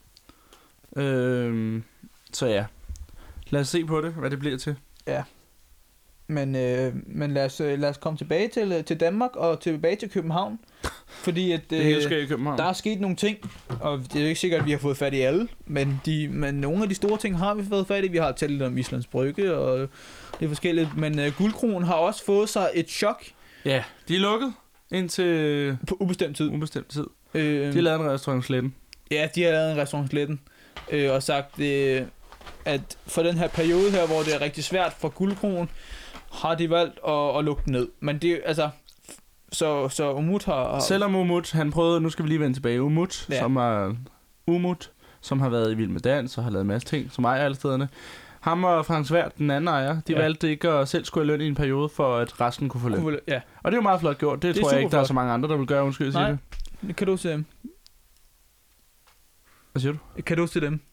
Speaker 1: Øhm, så ja. Lad os se på det, hvad det bliver til.
Speaker 2: Ja. Men, øh, men lad, os, lad os komme tilbage til, til Danmark og tilbage til København. Fordi at,
Speaker 1: Det hele
Speaker 2: øh,
Speaker 1: sker i København.
Speaker 2: der er sket nogle ting, og det er jo ikke sikkert, at vi har fået fat i alle, men, de, men nogle af de store ting har vi fået fat i. Vi har talt lidt om Islands Brygge, og det er forskelligt. Men øh, Guldkronen har også fået sig et chok.
Speaker 1: Ja, de er lukket indtil
Speaker 2: På ubestemt tid.
Speaker 1: ubestemt tid.
Speaker 2: Øh,
Speaker 1: De har lavet en restaurant Sletten.
Speaker 2: Ja, de har lavet en restaurant Sletten, øh, og sagt, øh, at for den her periode her, hvor det er rigtig svært for Guldkronen, har de valgt at, at lukke den ned. Men det altså, så, så Umut har... har
Speaker 1: Selvom Umut, han prøvede, nu skal vi lige vende tilbage, Umut,
Speaker 2: Ja.
Speaker 1: ja. som er Umut, som har været i Vild med Dans og har lavet en masse ting, som ejer alle stederne. Ham og Frank Svært, den anden ejer, de
Speaker 2: Ja.
Speaker 1: ja. valgte ikke at selv skulle have løn i en periode, for at resten kunne få løn.
Speaker 2: kunne, ja,
Speaker 1: Og det er jo meget flot gjort. Det,
Speaker 2: Det er
Speaker 1: det tror jeg ikke, der er
Speaker 2: superflot.
Speaker 1: så mange andre, der vil gøre. Undskyld, jeg siger
Speaker 2: Nej.
Speaker 1: det.
Speaker 2: det kan du se.
Speaker 1: Hvad siger du?
Speaker 2: Kan du se dem?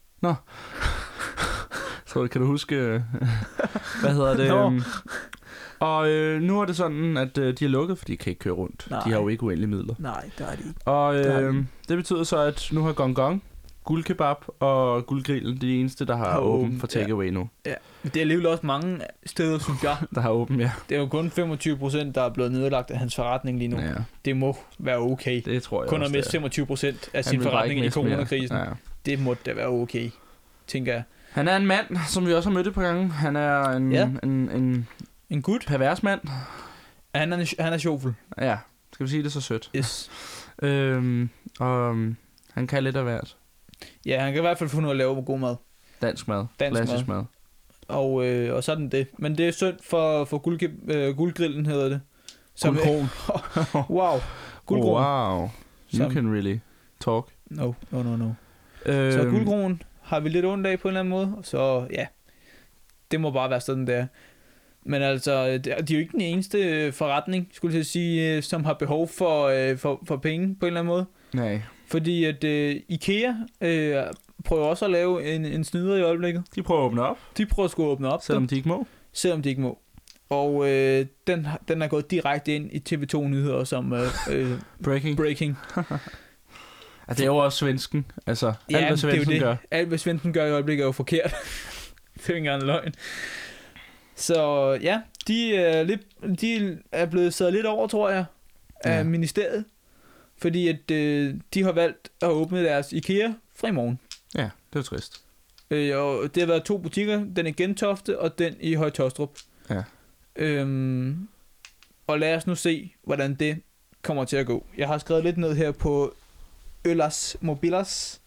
Speaker 1: Så kan du huske, øh, hvad hedder det?
Speaker 2: Nå.
Speaker 1: øhm, Og øh, nu er det sådan, at øh, de er lukket, for de kan ikke køre rundt.
Speaker 2: Nej.
Speaker 1: De har jo ikke uendelige midler.
Speaker 2: Nej, der er de ikke.
Speaker 1: Og
Speaker 2: Det har
Speaker 1: øh,
Speaker 2: de.
Speaker 1: det betyder så, at nu har Gong Gong, Guldkebab og Guldgrillen de eneste, der har
Speaker 2: Har
Speaker 1: åbent
Speaker 2: åbent,
Speaker 1: for takeaway nu.
Speaker 2: Men det er alligevel også mange steder, synes jeg.
Speaker 1: Der har åbent, ja.
Speaker 2: Det er jo kun femogtyve procent, der er blevet nedlagt af hans forretning lige nu.
Speaker 1: ja.
Speaker 2: Det må være okay.
Speaker 1: Det tror jeg
Speaker 2: Kun
Speaker 1: også,
Speaker 2: at miste
Speaker 1: det er.
Speaker 2: femogtyve procent af
Speaker 1: Han
Speaker 2: sin
Speaker 1: vil bare
Speaker 2: forretning
Speaker 1: ikke
Speaker 2: i
Speaker 1: miste mere.
Speaker 2: coronakrisen.
Speaker 1: Ja.
Speaker 2: Det må da være okay, tænker jeg.
Speaker 1: Han er en mand, som vi også har mødt et par gange. Han er en,
Speaker 2: Ja.
Speaker 1: en, en
Speaker 2: En gut.
Speaker 1: pervers mand.
Speaker 2: Han er, han er sjovfuld.
Speaker 1: Ja, skal vi sige det så sødt.
Speaker 2: Yes.
Speaker 1: Øhm, og øhm, han kan lidt af hvert.
Speaker 2: Ja, han kan i hvert fald finde ud af at lave god mad.
Speaker 1: Dansk mad.
Speaker 2: Dansk
Speaker 1: Klassisk mad.
Speaker 2: Og, øh, og sådan det. Men det er synd for, for guldge, øh, guldgrillen, hedder det.
Speaker 1: Guldkron.
Speaker 2: Wow. Guldkron.
Speaker 1: Wow. You
Speaker 2: Som-
Speaker 1: can really talk.
Speaker 2: No, no, no, no.
Speaker 1: Øhm,
Speaker 2: Så guldkronen har vi lidt ondt af på en eller anden måde. Så ja, det må bare være sådan der. Men altså, det er- de er jo ikke den eneste forretning, skulle jeg sige, øh, som har behov for, øh, for, for penge på en eller anden måde.
Speaker 1: Nej,
Speaker 2: Fordi at øh, IKEA øh, prøver også at lave en, en snyder i øjeblikket.
Speaker 1: de prøver at åbne op,
Speaker 2: De prøver at skulle åbne op,
Speaker 1: selvom de ikke må.
Speaker 2: selvom de ikke må. Og øh, den, har- den er gået direkte ind i T V to Nyheder som øh, øh,
Speaker 1: Breaking.
Speaker 2: breaking.
Speaker 1: Ja, det er jo også svensken. Altså,
Speaker 2: Ja,
Speaker 1: alt hvad
Speaker 2: det er jo
Speaker 1: svensken
Speaker 2: det.
Speaker 1: gør.
Speaker 2: Alt hvad Svendsen gør i øjeblikket er jo forkert. Det er jo ikke engang løgn. Så ja, de er, lidt, de er blevet sat lidt over, tror jeg, af
Speaker 1: Ja.
Speaker 2: ministeriet. Fordi at øh, de har valgt at åbne deres IKEA fra i morgen.
Speaker 1: Ja, det er jo trist.
Speaker 2: Øh, og det har været to butikker, den i Gentofte og den i Høje-Taastrup.
Speaker 1: Ja.
Speaker 2: Øhm, og lad os nu se, hvordan det kommer til at gå. Jeg har skrevet lidt ned her på Øllers Mobilers.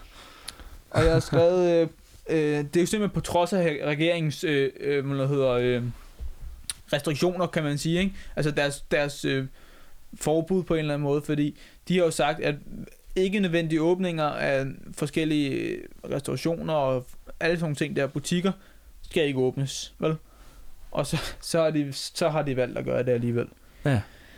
Speaker 2: Og jeg har skrevet, øh, øh, det er jo simpelthen på trods af regeringens øh, øh, hvad hedder, øh, restriktioner, kan man sige. Ikke? Altså deres, deres øh, forbud på en eller anden måde, fordi de har jo sagt, at ikke nødvendige åbninger af forskellige restaurationer og alle sådan nogle ting der, butikker, skal ikke åbnes, vel? Og så, så, har de, så har de valgt at gøre det alligevel.
Speaker 1: Ja.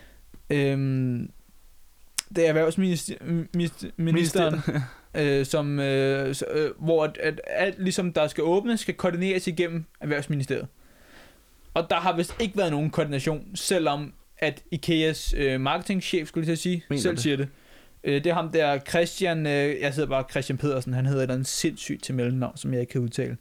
Speaker 2: Øhm, det er erhvervsministeren, øh, som, øh, så, øh, hvor at, at alt ligesom der skal åbnes, skal koordineres igennem Erhvervsministeriet. Og der har vist ikke været nogen koordination, selvom at Ikeas øh, marketingchef, skulle jeg til at sige,
Speaker 1: Mener
Speaker 2: selv
Speaker 1: det?
Speaker 2: siger det. Øh, det er ham der, Christian, øh, jeg hedder bare Christian Pedersen, han hedder et eller andet sindssygt til mellemnavn, som jeg ikke kan udtale.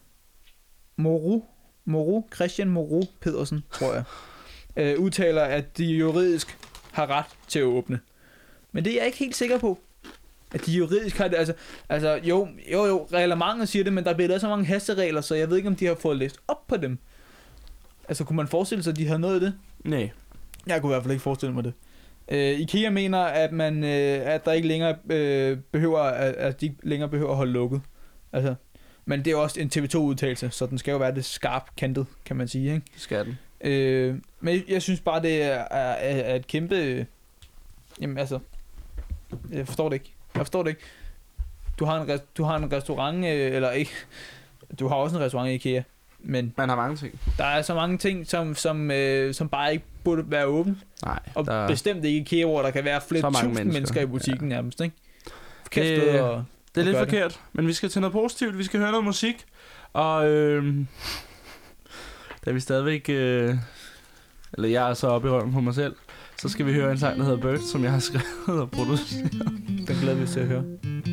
Speaker 2: Moru, Moru, Christian Moru Pedersen, tror jeg, øh, udtaler, at de juridisk har ret til at åbne. Men det er jeg ikke helt sikker på. At de juridisk har det, altså, altså jo, jo, jo, reglementet siger det, men der bliver lavet så mange hasteregler, så jeg ved ikke, om de har fået læst op på dem. Altså, kunne man forestille sig, at de havde noget af det?
Speaker 1: Nej.
Speaker 2: Jeg kunne i hvert fald ikke forestille mig det. Øh, IKEA mener, at man, øh, at der ikke længere øh, behøver, at, at de ikke længere behøver at holde lukket. Altså, men det er også en T V to udtalelse, så den skal jo være det skarp kantet, kan man sige, ikke?
Speaker 1: Det skal den.
Speaker 2: Øh, men jeg synes bare, det er, er, er et kæmpe... Øh, jamen altså... Jeg forstår det ikke. Jeg forstår det ikke. Du har en, res- du har en restaurant, øh, eller ikke... Du har også en restaurant i IKEA, men
Speaker 1: Man har mange ting.
Speaker 2: der er så mange ting, som, som, øh, som bare ikke burde være åbent.
Speaker 1: Nej,
Speaker 2: Og
Speaker 1: der
Speaker 2: der... bestemt ikke IKEA, hvor der kan være flere
Speaker 1: Så mange
Speaker 2: tusind mennesker,
Speaker 1: mennesker.
Speaker 2: mennesker i butikken, ja. Nærmest, ikke? Forkert
Speaker 1: Det-
Speaker 2: sted at...
Speaker 1: det er
Speaker 2: at
Speaker 1: lidt
Speaker 2: gøre
Speaker 1: forkert, men vi skal til noget positivt. Vi skal høre noget musik. Og øh, da vi stadigvæk... Øh, eller jeg er så oppe i røven på mig selv, så skal vi høre en sang, der hedder Birds, som jeg har skrevet og produceret.
Speaker 2: Den glæder vi til at høre.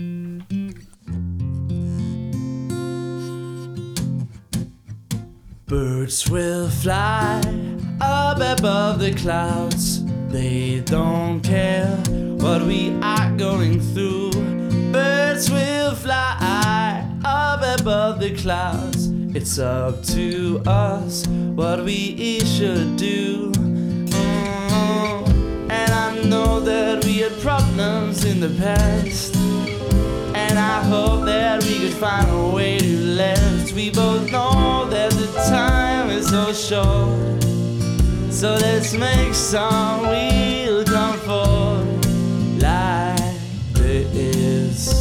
Speaker 1: Birds will fly up above the clouds. They don't care what we are going through. Birds will fly up above the clouds. It's up to us what we should do. Mm. And I know that we had problems in the past, and I hope that we could find a way to last. We both know that the time is so short, so let's make some real comfort like this.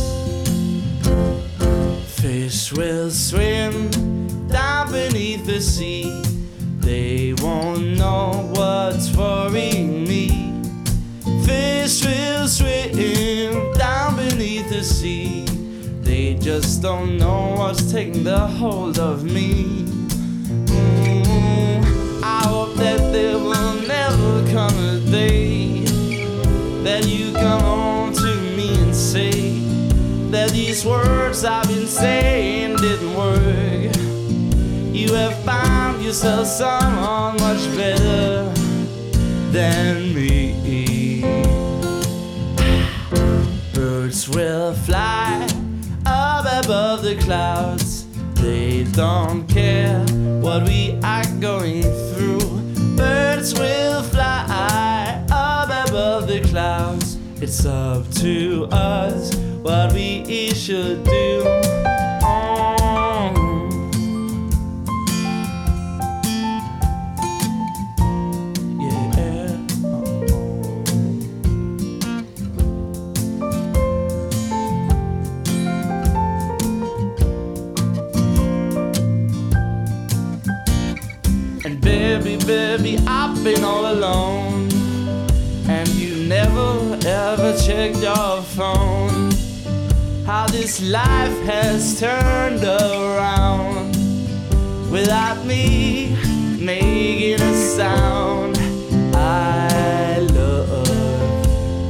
Speaker 1: Fish will swim down beneath the sea. They won't know what's worrying me. Fish will swim down beneath the sea. They just don't know what's taking the hold of me. Mm, I hope that there will never come a day that you come on to me and say that these words I've been saying didn't work. You have found yourself someone much better than me. Birds will fly up above the clouds. They don't care what we are going through. Birds will fly up above the clouds. It's up to us what we should do. Oh. Yeah. And baby, baby, I've been all alone, and you never ever checked your phone. How this life has turned around without me making a sound. I love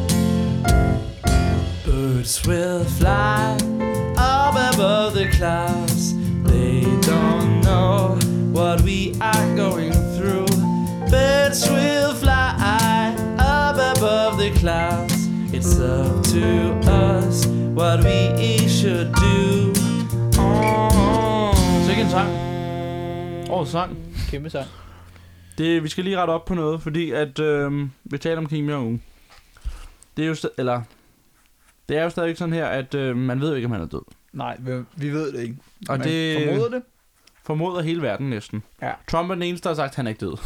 Speaker 1: birds will fly up above the clouds. They don't know what we are going through. Birds will fly up above the clouds. It's up to us what we should do. Oh. Sikke en sang. Årets sang.
Speaker 2: Kæmpe sang.
Speaker 1: Det, vi skal lige rette op på noget, fordi at øh, vi taler om Kim Jong-un. Det er jo st- eller det er jo stadig sådan her, at øh, man ved jo ikke, om han er død.
Speaker 2: Nej, vi, vi ved det ikke.
Speaker 1: Og
Speaker 2: man
Speaker 1: det
Speaker 2: formoder det.
Speaker 1: Formoder hele verden næsten.
Speaker 2: Ja.
Speaker 1: Trump er den eneste, der har sagt, at han er ikke død.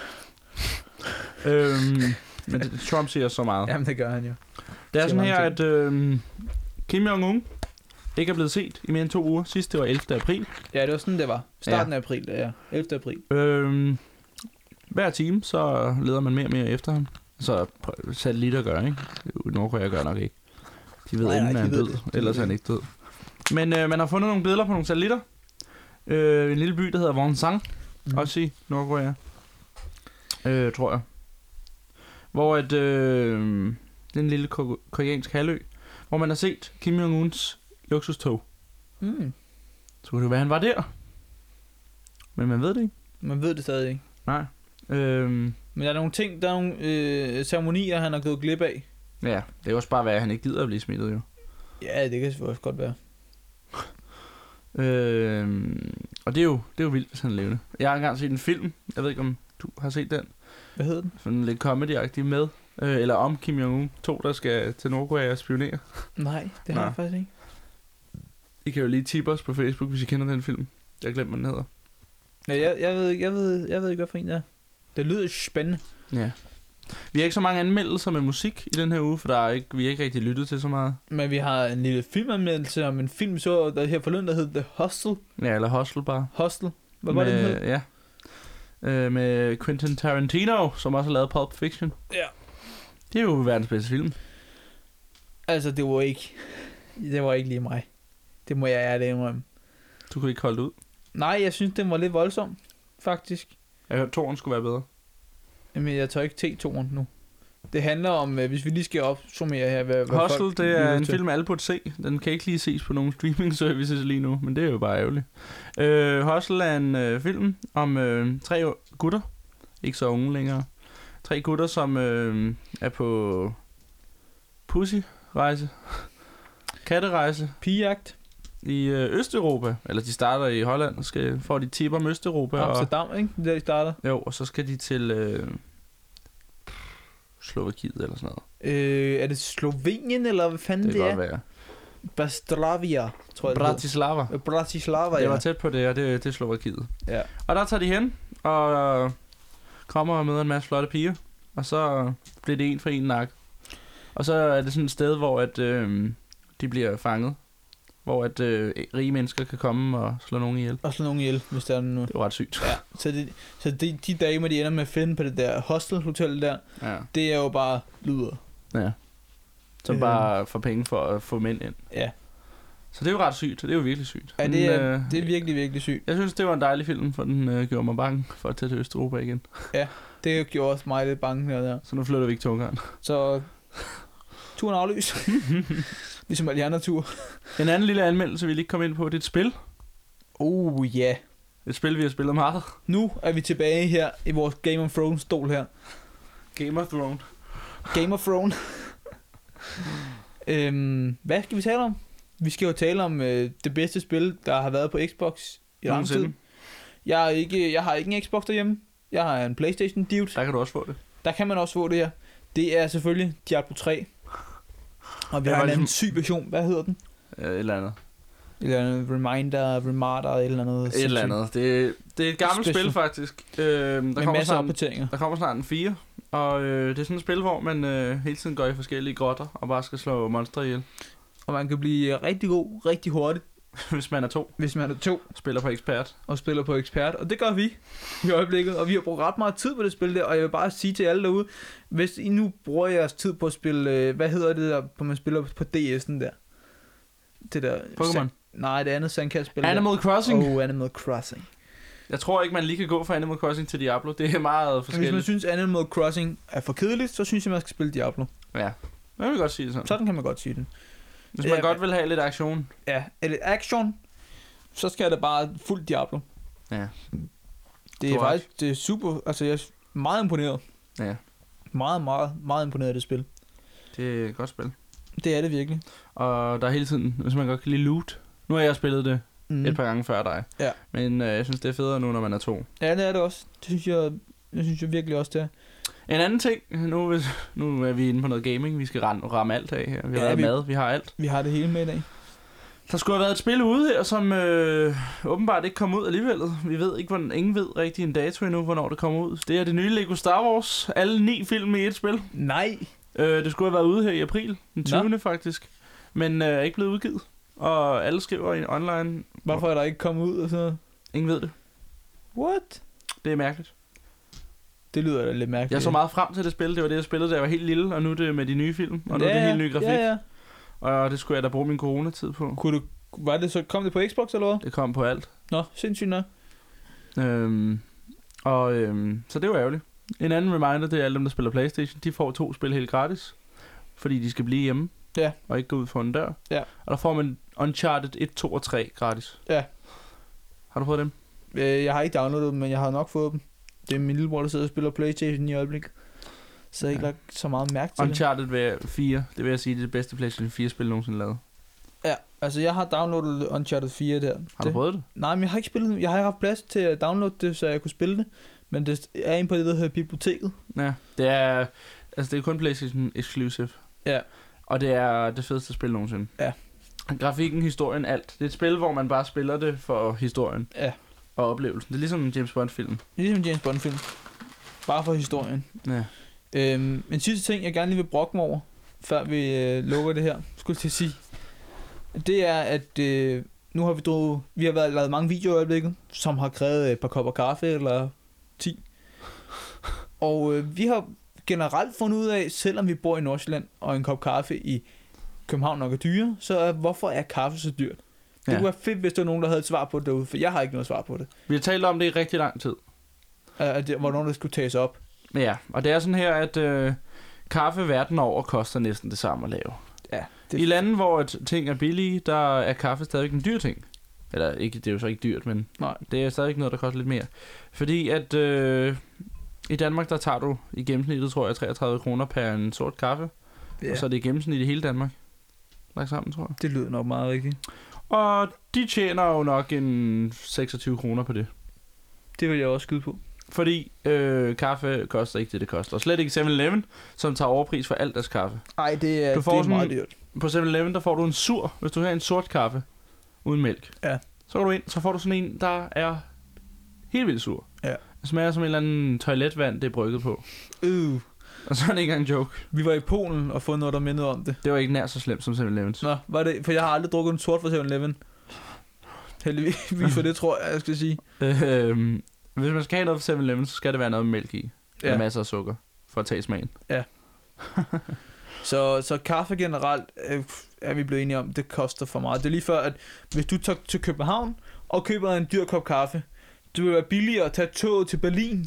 Speaker 1: øhm, men det, Trump siger så meget.
Speaker 2: Jamen, det gør han jo.
Speaker 1: Det er sådan her, at øh, Kim Jong-un ikke er blevet set i mere end to uger. Sidst det var ellevte april.
Speaker 2: Ja, det var sådan, det var. Starten ja. af april, ja. ellevte april.
Speaker 1: Øhm, hver time, så leder man mere og mere efter ham. Så satellitter gør, ikke? Nordkorea gør nok ikke. De ved, inden han er død, det. Ellers er han ikke død. Men øh, man har fundet nogle billeder på nogle satellitter. Øh, en lille by, der hedder Wonsan, mm. også i Nordkorea. Øh, tror jeg. Hvor at, øh, det er en lille ko- koreansk halvø, hvor man har set Kim Jong-uns luksustog.
Speaker 2: Mm.
Speaker 1: Så kunne det være, han var der. Men man ved det ikke.
Speaker 2: Man ved det stadig ikke.
Speaker 1: Nej. Øhm,
Speaker 2: Men der er nogle ting, der er nogle øh, ceremonier, han har gået glip af.
Speaker 1: ja, det er også bare, hvad han ikke gider at blive smittet, jo.
Speaker 2: Ja, det kan selvfølgelig også godt være.
Speaker 1: Øhm, og det er jo, det er jo vildt, hvis han er levende. Jeg har engang set en film, jeg ved ikke, om du har set den.
Speaker 2: Hvad hedder den?
Speaker 1: Sådan lidt comedy-agtig med, øh, eller om Kim Jong-un, to der skal til Nordkorea og spionere.
Speaker 2: Nej, det har
Speaker 1: Nej.
Speaker 2: jeg faktisk ikke.
Speaker 1: I kan jo lige tippe os på Facebook, hvis I kender den film. Jeg har glemt, hvad den hedder.
Speaker 2: Ja, jeg, jeg, ved, jeg, ved, jeg ved ikke, hvad for en det er. Det lyder spændende.
Speaker 1: Ja. Vi har ikke så mange anmeldelser med musik i den her uge, for der er ikke, vi har ikke rigtig lyttet til så meget.
Speaker 2: Men vi har en lille filmanmeldelse om en film, så der her forleden, der hed The Hostel.
Speaker 1: Ja, eller Hostel bare.
Speaker 2: Hostel. Hvad var
Speaker 1: med,
Speaker 2: det, den hed?
Speaker 1: Ja. Øh, med Quentin Tarantino, som også har lavet Pulp Fiction.
Speaker 2: Ja.
Speaker 1: Det er jo verdens bedste film.
Speaker 2: Altså, det var ikke... Det var ikke lige mig. Det må jeg ærligt indrømme.
Speaker 1: Du kunne ikke holde det ud.
Speaker 2: Nej, jeg synes, den var lidt voldsom. faktisk.
Speaker 1: Jeg hørte, toren skulle være bedre.
Speaker 2: Men jeg tager ikke T-toren nu. Det handler om, øh, hvis vi lige skal opsummere her, hvad, hvad
Speaker 1: Hostel,
Speaker 2: folk
Speaker 1: det er
Speaker 2: lytter
Speaker 1: en
Speaker 2: til.
Speaker 1: film, alle burde se. Den kan ikke lige ses på nogle streaming services lige nu, men det er jo bare ærgerligt. Øh, Hostel er en øh, film om øh, tre gutter, ikke så unge længere. Tre gutter, som øh, er på pussy-rejse, katterejse
Speaker 2: Pigejagt.
Speaker 1: i øh, Østeuropa. Eller de starter i Holland, og skal, får de tip om Østeuropa. Og,
Speaker 2: Amsterdam, ikke? Det er der, de starter.
Speaker 1: jo, og så skal de til øh, Slovakiet eller sådan noget.
Speaker 2: Øh, er det Slovenien, eller hvad fanden
Speaker 1: Det
Speaker 2: det,
Speaker 1: kan
Speaker 2: det
Speaker 1: godt
Speaker 2: er?
Speaker 1: være.
Speaker 2: Bastravia, tror jeg, det
Speaker 1: Bratislava.
Speaker 2: hedder. Bratislava,
Speaker 1: Det
Speaker 2: ja.
Speaker 1: var tæt på det, og det, det er Slovakiet.
Speaker 2: ja.
Speaker 1: Og der tager de hen, og kommer og møder en masse flotte piger. Og så bliver det en for en nak. Og så er det sådan et sted, hvor at, øh, de bliver fanget. Hvor at øh, rige mennesker kan komme og slå nogen ihjel.
Speaker 2: Og slå nogen ihjel, hvis der er noget.
Speaker 1: Det var ret sygt.
Speaker 2: Ja, så, det, så de, de damer, de ender med at finde på det der hostelhotel der,
Speaker 1: Ja.
Speaker 2: det er jo bare luder.
Speaker 1: ja. Som
Speaker 2: Øh.
Speaker 1: bare får penge for at få mænd ind.
Speaker 2: Ja,
Speaker 1: Så det er jo ret sygt. Det er jo virkelig sygt.
Speaker 2: ja det,
Speaker 1: Men,
Speaker 2: er,
Speaker 1: øh,
Speaker 2: det er virkelig, virkelig sygt.
Speaker 1: Jeg synes, det var en dejlig film, for den øh, gjorde mig bange for at tage til Østeuropa igen.
Speaker 2: Det gjorde også mig lidt bange der. der.
Speaker 1: Så nu flytter vi ikke til Ungarn.
Speaker 2: Så turen er aflyst. Ligesom alle de andre ture.
Speaker 1: En anden lille anmeldelse, vi lige kom ind på, det er et spil.
Speaker 2: Oh ja. Yeah.
Speaker 1: Et spil, vi har spillet meget.
Speaker 2: Nu er vi tilbage her i vores Game of Thrones stol her.
Speaker 1: Game of Thrones.
Speaker 2: Game of Thrones. øhm, hvad skal vi tale om? Vi skal jo tale om øh, det bedste spil, der har været på Xbox i lang tid.
Speaker 1: Nogensinde.
Speaker 2: Jeg, er ikke, jeg har ikke en Xbox derhjemme. Jeg har en PlayStation dude.
Speaker 1: Der kan du også få det.
Speaker 2: Der kan man også få det her. Det er selvfølgelig Diablo tre. Og vi
Speaker 1: Det
Speaker 2: har
Speaker 1: var
Speaker 2: en anden
Speaker 1: ligesom-
Speaker 2: syg version. Hvad hedder den?
Speaker 1: Øh, et eller andet.
Speaker 2: Et eller andet Reminder, Remaster, et eller andet.
Speaker 1: Et eller andet. Det, det er et gammelt
Speaker 2: Special.
Speaker 1: spil, faktisk. Øh, der,
Speaker 2: Med
Speaker 1: kommer
Speaker 2: masser af
Speaker 1: snart,
Speaker 2: opdateringer.
Speaker 1: der kommer snart en fire. Og øh, det er sådan et spil, hvor man øh, hele tiden går i forskellige grotter og bare skal slå monstre ihjel.
Speaker 2: Og man kan blive rigtig god, rigtig hurtigt,
Speaker 1: Hvis man er to.
Speaker 2: hvis man er to
Speaker 1: Spiller på ekspert.
Speaker 2: og spiller på ekspert. Og det gør vi i øjeblikket. Og vi har brugt ret meget tid på det spil der. Og jeg vil bare sige til alle derude, hvis I nu bruger jeres tid på at spille, øh, hvad hedder det der, hvor man spiller på D S'en der? Det der...
Speaker 1: Pokémon.
Speaker 2: Sand- Nej, det andet sandkastspil.
Speaker 1: Animal Crossing.
Speaker 2: Oh, Animal Crossing.
Speaker 1: Jeg tror ikke, man lige kan gå fra Animal Crossing til Diablo. Det er meget
Speaker 2: Hvis man
Speaker 1: forskelligt.
Speaker 2: synes, Animal Crossing er for kedeligt, så synes jeg, man skal spille Diablo.
Speaker 1: Ja, jeg vil godt sige det sådan.
Speaker 2: Sådan kan man godt sige det.
Speaker 1: Hvis man
Speaker 2: Ja,
Speaker 1: godt vil have lidt aktion.
Speaker 2: Ja, eller action, så skal det bare fuld Diablo.
Speaker 1: Ja.
Speaker 2: Det er
Speaker 1: Du har
Speaker 2: faktisk det er super, altså jeg er meget imponeret.
Speaker 1: Ja,
Speaker 2: Meget, meget, meget imponeret af det spil.
Speaker 1: det er et godt spil.
Speaker 2: Det er det virkelig.
Speaker 1: Og der er hele tiden, hvis man godt kan lide loot. Nu har jeg spillet det
Speaker 2: Mm.
Speaker 1: et par gange før dig.
Speaker 2: Ja.
Speaker 1: Men øh, jeg synes, det er federe nu, når man er to.
Speaker 2: Ja, det er det også. Det synes jeg, det synes jeg virkelig også, det er.
Speaker 1: En anden ting, nu, hvis- nu er vi inde på noget gaming, vi skal ramme, ramme alt af her. Vi har
Speaker 2: Ja,
Speaker 1: ja,
Speaker 2: vi-
Speaker 1: mad, vi har alt.
Speaker 2: Vi har det hele med i dag.
Speaker 1: Der skulle have været et spil ude her, som øh, åbenbart ikke kom ud alligevel. Vi ved ikke, hvordan ingen ved rigtig en dato endnu, hvornår det kommer ud. Det er det nye Lego Star Wars. Alle ni film i et spil.
Speaker 2: Nej.
Speaker 1: Øh, det skulle have været ude her i april, den
Speaker 2: Nå.
Speaker 1: tyvende faktisk. Men øh, er ikke blevet udgivet. Og alle skriver i online.
Speaker 2: Hvorfor er der ikke kommet ud og sådan noget?
Speaker 1: Ingen ved det.
Speaker 2: What?
Speaker 1: Det er mærkeligt.
Speaker 2: Det lyder da lidt mærkeligt.
Speaker 1: Jeg så meget frem til det spil. Det var det, jeg spillede, da jeg var helt lille. Og nu er det med de nye film. Og nu er det helt ny grafik.
Speaker 2: Ja, ja.
Speaker 1: Og det skulle jeg da bruge min coronatid på.
Speaker 2: Kunne du, var det så, kom det på Xbox eller hvad?
Speaker 1: Det kom på alt.
Speaker 2: Nå, sindssygt nok.
Speaker 1: Øhm, og øhm, så det var ærgerligt. En anden reminder, det er alle dem, der spiller PlayStation. De får to spil helt gratis. Fordi de skal blive hjemme.
Speaker 2: Ja.
Speaker 1: Og ikke gå ud for en dør.
Speaker 2: Ja.
Speaker 1: Og der får man Uncharted et, to og tre gratis.
Speaker 2: Ja.
Speaker 1: Har du fået dem?
Speaker 2: Øh, Jeg har ikke downloadet dem, men jeg har nok fået dem. Det er min lillebror, der sidder og spiller PlayStation i øjeblikket. Så jeg har ikke
Speaker 1: Ja.
Speaker 2: lagt så meget mærke til det.
Speaker 1: Uncharted fire, det vil jeg sige, det er det bedste PlayStation fire spil nogensinde lavet.
Speaker 2: Ja, altså jeg har downloadet Uncharted fire der.
Speaker 1: Har
Speaker 2: det,
Speaker 1: du prøvet det?
Speaker 2: Nej, men jeg har ikke spillet det. Jeg har ikke haft plads til at downloade det, så jeg kunne spille det. Men det er inde på det, der hedder biblioteket.
Speaker 1: Ja. Det er, altså det er kun PlayStation exclusive.
Speaker 2: Ja.
Speaker 1: Og det er det fedeste spil nogensinde.
Speaker 2: Ja.
Speaker 1: Grafikken, historien, alt. Det er et spil, hvor man bare spiller det for historien
Speaker 2: Ja.
Speaker 1: og oplevelsen. Det er ligesom en James Bond-film.
Speaker 2: Det er ligesom en James Bond-film. Bare for historien.
Speaker 1: Ja.
Speaker 2: Øhm, en sidste ting, jeg gerne lige vil brokke mig over, før vi øh, lukker det her, skulle jeg til at sige, det er, at øh, nu har vi drog, vi har været, lavet mange videoer i øjeblikket, som har krævet et par kopper kaffe eller ti. Og øh, vi har generelt fundet ud af, selvom vi bor i Nordsjælland, og en kop kaffe i København nok er dyre, så er, hvorfor er kaffe så dyrt? Det
Speaker 1: Ja.
Speaker 2: kunne være fedt, hvis der var nogen, der havde et svar på det derude, for jeg har ikke noget svar på det.
Speaker 1: Vi har talt om det i rigtig lang tid.
Speaker 2: At det, hvornår det skulle tages op.
Speaker 1: Ja, og det er sådan her, at øh, kaffe verden over koster næsten det samme at lave.
Speaker 2: Ja. Det...
Speaker 1: I lande, hvor et ting er billige, der er kaffe stadig en dyr ting. Eller ikke, det er jo så ikke dyrt, men
Speaker 2: Nej.
Speaker 1: det er stadig noget, der koster lidt mere. Fordi at øh, i Danmark, der tager du i gennemsnittet, tror jeg, treogtredive kroner per en sort kaffe. Ja. Og så er det i gennemsnit i hele Danmark. Lagt sammen, tror jeg.
Speaker 2: Det lyder nok meget rigtigt.
Speaker 1: Og de tjener jo nok en seksogtyve kroner på det.
Speaker 2: Det vil jeg også skyde på.
Speaker 1: Fordi øh, kaffe koster ikke det, det koster. Og slet ikke seven eleven, som tager overpris for alt deres kaffe.
Speaker 2: Nej, det er,
Speaker 1: du får
Speaker 2: det er
Speaker 1: sådan,
Speaker 2: meget dyrt.
Speaker 1: På seven eleven, der får du en sur, hvis du har en sort kaffe uden mælk.
Speaker 2: Ja.
Speaker 1: Så går du ind, så får du sådan en, der er helt vildt sur.
Speaker 2: Ja.
Speaker 1: Det smager som en eller anden toiletvand, det er brygget på.
Speaker 2: Øh.
Speaker 1: Og så er det ikke engang en joke.
Speaker 2: Vi var i Polen og fået noget, der mindede om det.
Speaker 1: Det var ikke nær så slemt som seven eleven.
Speaker 2: Nå, var det? For jeg har aldrig drukket en sort fra seven eleven. Heldigvis for det, tror jeg, jeg skal sige.
Speaker 1: Øh, hvis man skal have noget fra seven eleven, så skal det være noget med mælk i. Ja. Og masser af sukker, for at tage smagen.
Speaker 2: Ja. så, så kaffe generelt øh, er vi blevet enige om, det koster for meget. Det er lige før, at hvis du tager til København og køber en dyr kop kaffe, det vil være billigere at tage toget til Berlin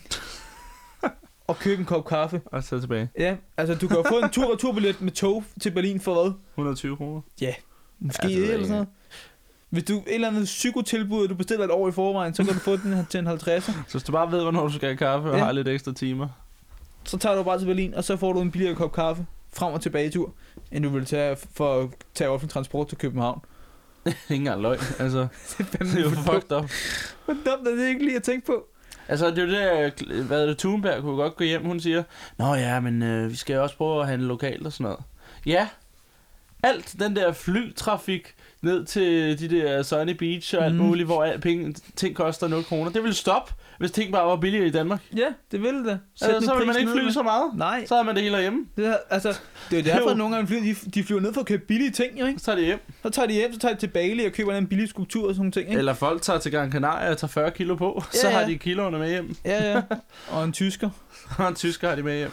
Speaker 2: og købe en kop kaffe.
Speaker 1: Og så tilbage.
Speaker 2: Ja, altså du kan jo få en tur-returbillet med tog til Berlin for hvad?
Speaker 1: et hundrede og tyve kroner.
Speaker 2: Ja, måske
Speaker 1: ja,
Speaker 2: det, eller sådan noget. Hvis du et eller andet psykotilbud, du bestiller et år i forvejen, så kan du få den her til en halvtredser.
Speaker 1: Så hvis du bare ved, hvornår du skal have kaffe og
Speaker 2: ja.
Speaker 1: har lidt ekstra timer.
Speaker 2: Så tager du bare til Berlin, og så får du en billigere kop kaffe frem og tilbage tur, end du vil tage for at tage offentlig transport til København.
Speaker 1: Ikke engang løgn, altså.
Speaker 2: det,
Speaker 1: det er jo fucked up.
Speaker 2: Hvor dumt er det ikke lige at tænke på?
Speaker 1: Altså, det er jo det, hvad er det, Thunberg kunne godt gå hjem, hun siger, nå ja, men øh, vi skal jo også prøve at handle lokalt og sådan noget. Ja, alt den der flytrafik ned til de der Sunny Beach og alt
Speaker 2: Mm.
Speaker 1: muligt, hvor alt penge, ting koster nul kroner, det ville stoppe, hvis ting bare var billigere i Danmark.
Speaker 2: Ja, det ville det.
Speaker 1: Altså, så ville man ikke flyve så meget.
Speaker 2: Nej.
Speaker 1: Så har man det hele hjemme.
Speaker 2: Det er, altså, det er jo derfor, at nogle gange flyver, de, de flyver ned for at købe billige ting, jo, ikke?
Speaker 1: Så tager de hjem.
Speaker 2: Så tager de hjem, så tager de til Bali og køber en billig skulptur og sådan nogle ting, ikke?
Speaker 1: Eller folk tager til Gran Canaria og tager fyrre kilo på,
Speaker 2: Ja,
Speaker 1: så
Speaker 2: ja.
Speaker 1: har de kiloerne med hjem.
Speaker 2: Ja, ja. Og en tysker.
Speaker 1: Og en tysker har de med hjem.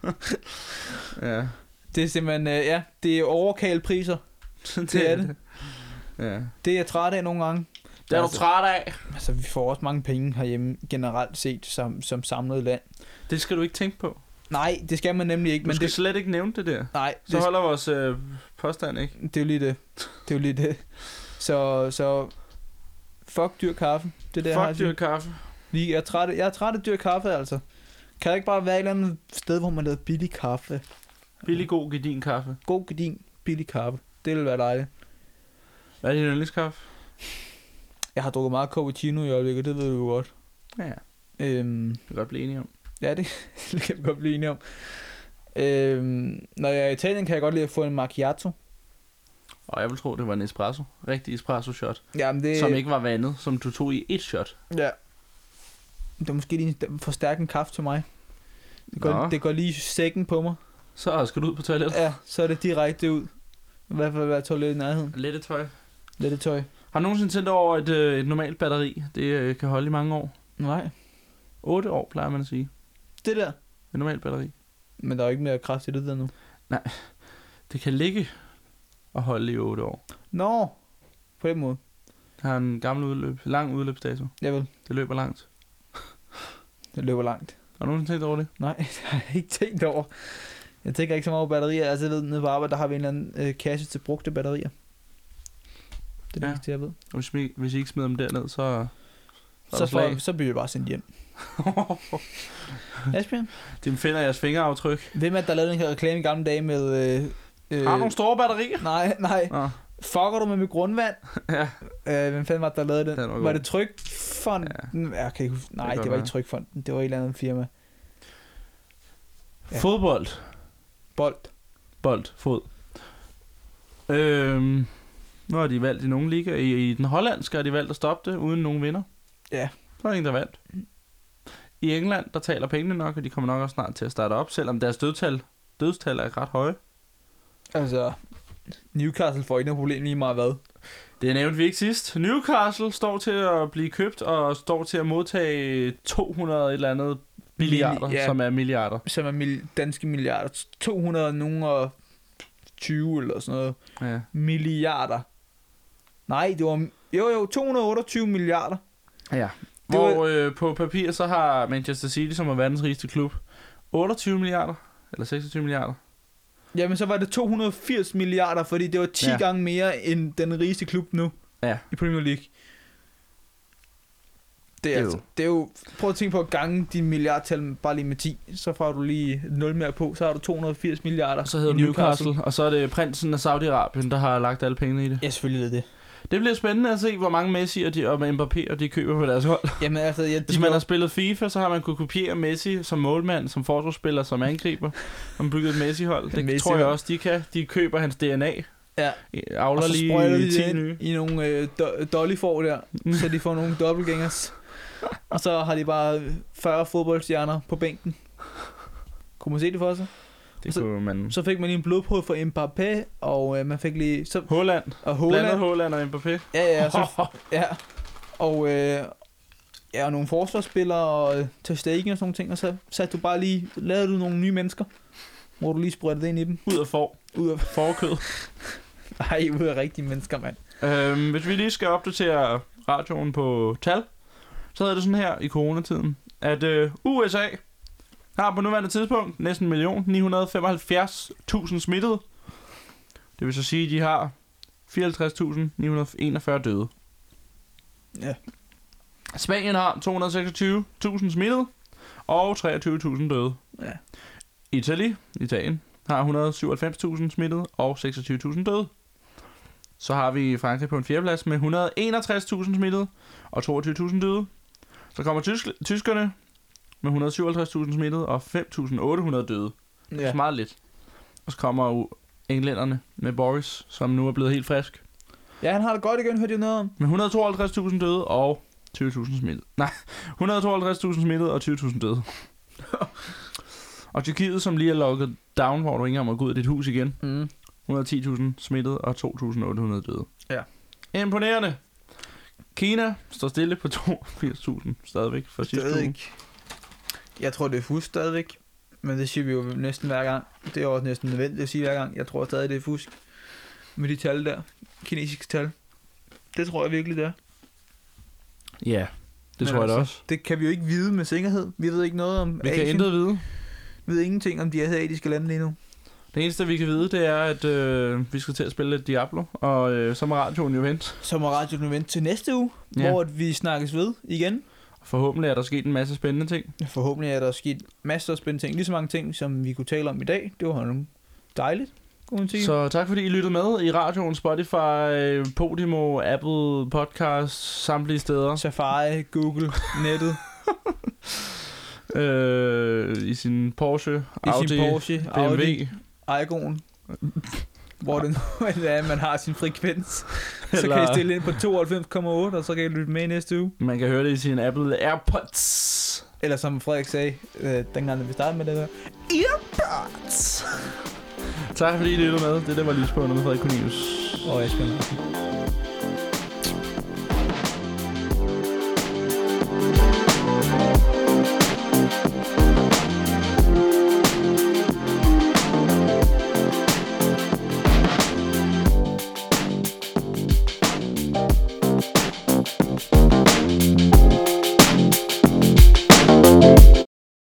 Speaker 1: Ja.
Speaker 2: Det er simpelthen, øh, ja, det er overkalpriser.
Speaker 1: det,
Speaker 2: det er det.
Speaker 1: Ja.
Speaker 2: Det er jeg træt af nogle gange.
Speaker 1: Det er du
Speaker 2: altså,
Speaker 1: træt af.
Speaker 2: Altså, vi får også mange penge herhjemme, generelt set, som, som samlet land.
Speaker 1: Det skal du ikke tænke på.
Speaker 2: Nej, det skal man nemlig ikke.
Speaker 1: Du
Speaker 2: Men
Speaker 1: skal
Speaker 2: det,
Speaker 1: slet ikke nævne det der.
Speaker 2: nej,
Speaker 1: Så
Speaker 2: det,
Speaker 1: holder vores øh, påstand, ikke?
Speaker 2: det er jo lige det. Det er jo lige det. Så, så fuck dyr kaffe. Det er det, jeg har at
Speaker 1: Fuck
Speaker 2: sige.
Speaker 1: dyr kaffe.
Speaker 2: Lige, jeg er træt, jeg er træt af dyr kaffe, altså. Kan der ikke bare være et eller andet sted, hvor man laver billig kaffe?
Speaker 1: Billig, god, gedin kaffe.
Speaker 2: God, gedin, billig kaffe. Det ville være dejligt.
Speaker 1: Hvad er din yndlingskaffe?
Speaker 2: Jeg har drukket meget cappuccino i øjeblikket, det ved du jo godt.
Speaker 1: Ja,
Speaker 2: Øhm,
Speaker 1: det kan godt blive enige om.
Speaker 2: ja, det, det kan vi godt blive enige om. Øhm, når jeg er i Italien, kan jeg godt lide at få en macchiato.
Speaker 1: Og jeg vil tro, det var en espresso. Rigtig espresso shot.
Speaker 2: Jamen, det,
Speaker 1: Som ikke var vandet, som du tog i et shot.
Speaker 2: Ja. Det er måske lige en forstærkende kaffe til mig. Det går,
Speaker 1: Nå.
Speaker 2: det går lige sækken på mig.
Speaker 1: Så skal du ud på toilettet.
Speaker 2: Ja, så er det direkte ud. I hvert fald være toilet i nærheden.
Speaker 1: Lette tøj.
Speaker 2: Lette tøj.
Speaker 1: Har du nogensinde tænkt over et, øh, et normalt batteri? Det øh, kan holde i mange år.
Speaker 2: Nej.
Speaker 1: otte år, plejer man at sige.
Speaker 2: Det der.
Speaker 1: Et normalt batteri.
Speaker 2: Men der er jo ikke mere kraft i det der nu.
Speaker 1: Det kan ligge og holde i otte år.
Speaker 2: Nå. På den måde.
Speaker 1: Det har en gammel udløb, lang udløbsdato.
Speaker 2: Jeg vil.
Speaker 1: Det løber langt.
Speaker 2: Det løber langt.
Speaker 1: Har du nogensinde tænkt over det?
Speaker 2: Nej, det har jeg ikke tænkt over. Jeg tænker ikke så meget over batterier. Altså, jeg ved, nede på arbejde, der har vi en eller anden øh, kasse til brugte batterier. Det er
Speaker 1: Ja.
Speaker 2: det, ja. jeg ved.
Speaker 1: Og hvis, vi, hvis I ikke smider dem derned, så...
Speaker 2: Så,
Speaker 1: er der slag.
Speaker 2: for, så bliver vi bare sendt hjem. Asbjørn,
Speaker 1: De finder jeres fingeraftryk.
Speaker 2: hvem er det, der lavede den her reklame i gamle dage med... Øh, øh,
Speaker 1: Har du nogle store batterier?
Speaker 2: Nej, nej.
Speaker 1: Nå.
Speaker 2: Fucker du med mit grundvand?
Speaker 1: Ja.
Speaker 2: Øh, hvem fanden var det, der lavede den?
Speaker 1: Den var
Speaker 2: var,
Speaker 1: god.
Speaker 2: det Trykfonden? Ja. Jeg kan ikke huske. Nej,
Speaker 1: Det kan
Speaker 2: det, det
Speaker 1: godt
Speaker 2: var
Speaker 1: være.
Speaker 2: ikke Trykfonden. Det var et eller andet firma. Ja.
Speaker 1: Fodbold.
Speaker 2: Bold.
Speaker 1: Bold. Fod. Øhm, nu har de valgt i nogle liga. I, I den hollandske har de valgt at stoppe det, uden nogen vinder.
Speaker 2: Ja.
Speaker 1: Så er der ingen, der vandt. I England, der taler pengene nok, og de kommer nok også snart til at starte op, selvom deres dødstal, dødstal er ret høje.
Speaker 2: Altså, Newcastle får ikke noget problem lige meget hvad.
Speaker 1: Det nævnte vi ikke sidst. Newcastle står til at blive købt, og står til at modtage to hundrede et eller andet milliarder,
Speaker 2: Ja.
Speaker 1: som er milliarder.
Speaker 2: Som er mil- danske milliarder. to hundrede nogen og tyve eller sådan noget.
Speaker 1: Ja.
Speaker 2: Milliarder. Nej, det var... Jo, jo, to hundrede og otteogtyve milliarder.
Speaker 1: Ja. Hvor
Speaker 2: var-
Speaker 1: øh, på papir så har Manchester City, som er verdens rigeste klub, otteogtyve milliarder, eller seksogtyve milliarder.
Speaker 2: Jamen, så var det to hundrede og firs milliarder, fordi det var ti
Speaker 1: Ja.
Speaker 2: gange mere end den rigeste klub nu
Speaker 1: Ja.
Speaker 2: i Premier League. Det er,
Speaker 1: Det er
Speaker 2: altså,
Speaker 1: jo-
Speaker 2: det er jo... Prøv at tænke på at gange din milliardtal bare lige med ti, så får du lige nul mere på, så har du to hundrede og firs milliarder.
Speaker 1: Og så hedder
Speaker 2: i
Speaker 1: det Newcastle, og så er det prinsen af Saudi-Arabien, der har lagt alle pengene i det.
Speaker 2: Ja, selvfølgelig er det.
Speaker 1: Det bliver spændende at se, hvor mange Messi og, de, og Mbappé og de køber på deres hold.
Speaker 2: Jamen altså, ja, de
Speaker 1: Hvis man
Speaker 2: var-
Speaker 1: har spillet FIFA, så har man kunne kopiere Messi som målmand, som forsvarsspiller, som angriber. Og bygget et Messi-hold. Det
Speaker 2: Messi-hold.
Speaker 1: tror jeg også, de kan. De køber hans D N A.
Speaker 2: Ja.
Speaker 1: Avler
Speaker 2: og så
Speaker 1: lige
Speaker 2: sprøjter de
Speaker 1: ti
Speaker 2: det
Speaker 1: nye.
Speaker 2: ind i nogle øh, do- dollyfor der, så de får nogle dobbeltgængers. Og så har de bare fyrre fodboldstjerner på bænken. Kunne man se det for sig?
Speaker 1: Det
Speaker 2: så-
Speaker 1: kunne man.
Speaker 2: Så fik man lige en blodprøve for Mbappé, og øh, man fik lige... Så,
Speaker 1: Haaland.
Speaker 2: og
Speaker 1: Blandet
Speaker 2: Haaland.
Speaker 1: Haaland og Mbappé.
Speaker 2: Ja, ja, så, ja. Og, øh, ja, og nogle forsvarsspillere og øh, til Stegen og sådan nogle ting, og så satte du bare lige... Lavede du nogle nye mennesker, hvor du lige sprøjtede det ind i dem.
Speaker 1: Ud af for.
Speaker 2: Ud af...
Speaker 1: Forkød.
Speaker 2: Ej, ud af rigtige mennesker, mand.
Speaker 1: øhm, hvis vi lige skal opdatere radioen på tal, så er det sådan her i coronatiden, at øh, U S A har på nuværende tidspunkt næsten en million, ni hundrede og femoghalvfjerds tusind smittede. Det vil så sige, at de har fireoghalvtreds tusind ni hundrede og enogfyrre døde.
Speaker 2: Ja.
Speaker 1: Spanien har to hundrede og seksogtyve tusind smittede og treogtyve tusind døde.
Speaker 2: Ja.
Speaker 1: Italy, Italien, har et hundrede og syvoghalvfems tusind smittede og seksogtyve tusind døde. Så har vi Frankrig på en fjerdeplads med et hundrede og enogtres tusind smittede og toogtyve tusind døde. Så kommer tysk- tyskerne med et hundrede og syvoghalvtreds tusind smittede og fem tusind otte hundrede døde. Det er
Speaker 2: Ja.
Speaker 1: meget lidt. Og så kommer jo englænderne med Boris, som nu er blevet helt frisk.
Speaker 2: Ja, han har det godt igen, hørte jeg noget om.
Speaker 1: Med et hundrede og tooghalvtreds tusind døde og tyve tusind smittede. Nej, et hundrede og tooghalvtreds tusind smittede og tyve tusind døde. Og Tyrkiet, som lige er lukket down, hvor du ikke engang må gå ud af dit hus igen.
Speaker 2: Mm.
Speaker 1: et hundrede og ti tusind smittede og to tusind otte hundrede døde.
Speaker 2: Ja.
Speaker 1: Imponerende. Kina står stille på toogfirs tusind stadigvæk for sidste uge.
Speaker 2: Stadigvæk. Jeg tror, det er fusk stadigvæk. Men det siger vi jo næsten hver gang. Det er også næsten nødvendigt at sige hver gang. Jeg tror stadig, det er fusk. Med de tal der. Kinesiske tal. Det tror jeg virkelig, det er.
Speaker 1: Ja, det
Speaker 2: Men
Speaker 1: tror jeg da
Speaker 2: altså,
Speaker 1: også.
Speaker 2: Det kan vi jo ikke vide med sikkerhed. Vi ved ikke noget om
Speaker 1: Vi kan
Speaker 2: Asien.
Speaker 1: intet vide.
Speaker 2: Vi ved ingenting om de asiatiske lande lige nu.
Speaker 1: Det eneste, vi kan vide, det er, at øh, vi skal til at spille lidt Diablo, og øh, så må radioen jo vente.
Speaker 2: Så må radioen nu vente til næste uge,
Speaker 1: Ja.
Speaker 2: ja. hvor vi snakkes ved igen.
Speaker 1: Forhåbentlig er der sket en masse spændende ting.
Speaker 2: Forhåbentlig er der sket masser af spændende ting. Lige så mange ting, som vi kunne tale om i dag. Det var nogle dejligt, kunne man sige.
Speaker 1: Så tak fordi I lyttede med i radioen, Spotify, Podimo, Apple Podcast, samtlige steder.
Speaker 2: Safari, Google, nettet,
Speaker 1: Øh, I sin Porsche,
Speaker 2: i
Speaker 1: Audi,
Speaker 2: sin Porsche,
Speaker 1: B M W.
Speaker 2: Audi, Igon, hvor det nu er, man har sin frekvens. Så
Speaker 1: Eller-
Speaker 2: kan I stille ind på tooghalvfems komma otte, og så kan I lytte med næste uge.
Speaker 1: Man kan høre det i sin Apple AirPods.
Speaker 2: Eller som Frederik sagde, øh, dengang vi startede med det der.
Speaker 1: AirPods. Tak fordi I lyttede med. Det der var Lyspundet med Frederik Cornelius.
Speaker 2: Og Asbjørn Larsen.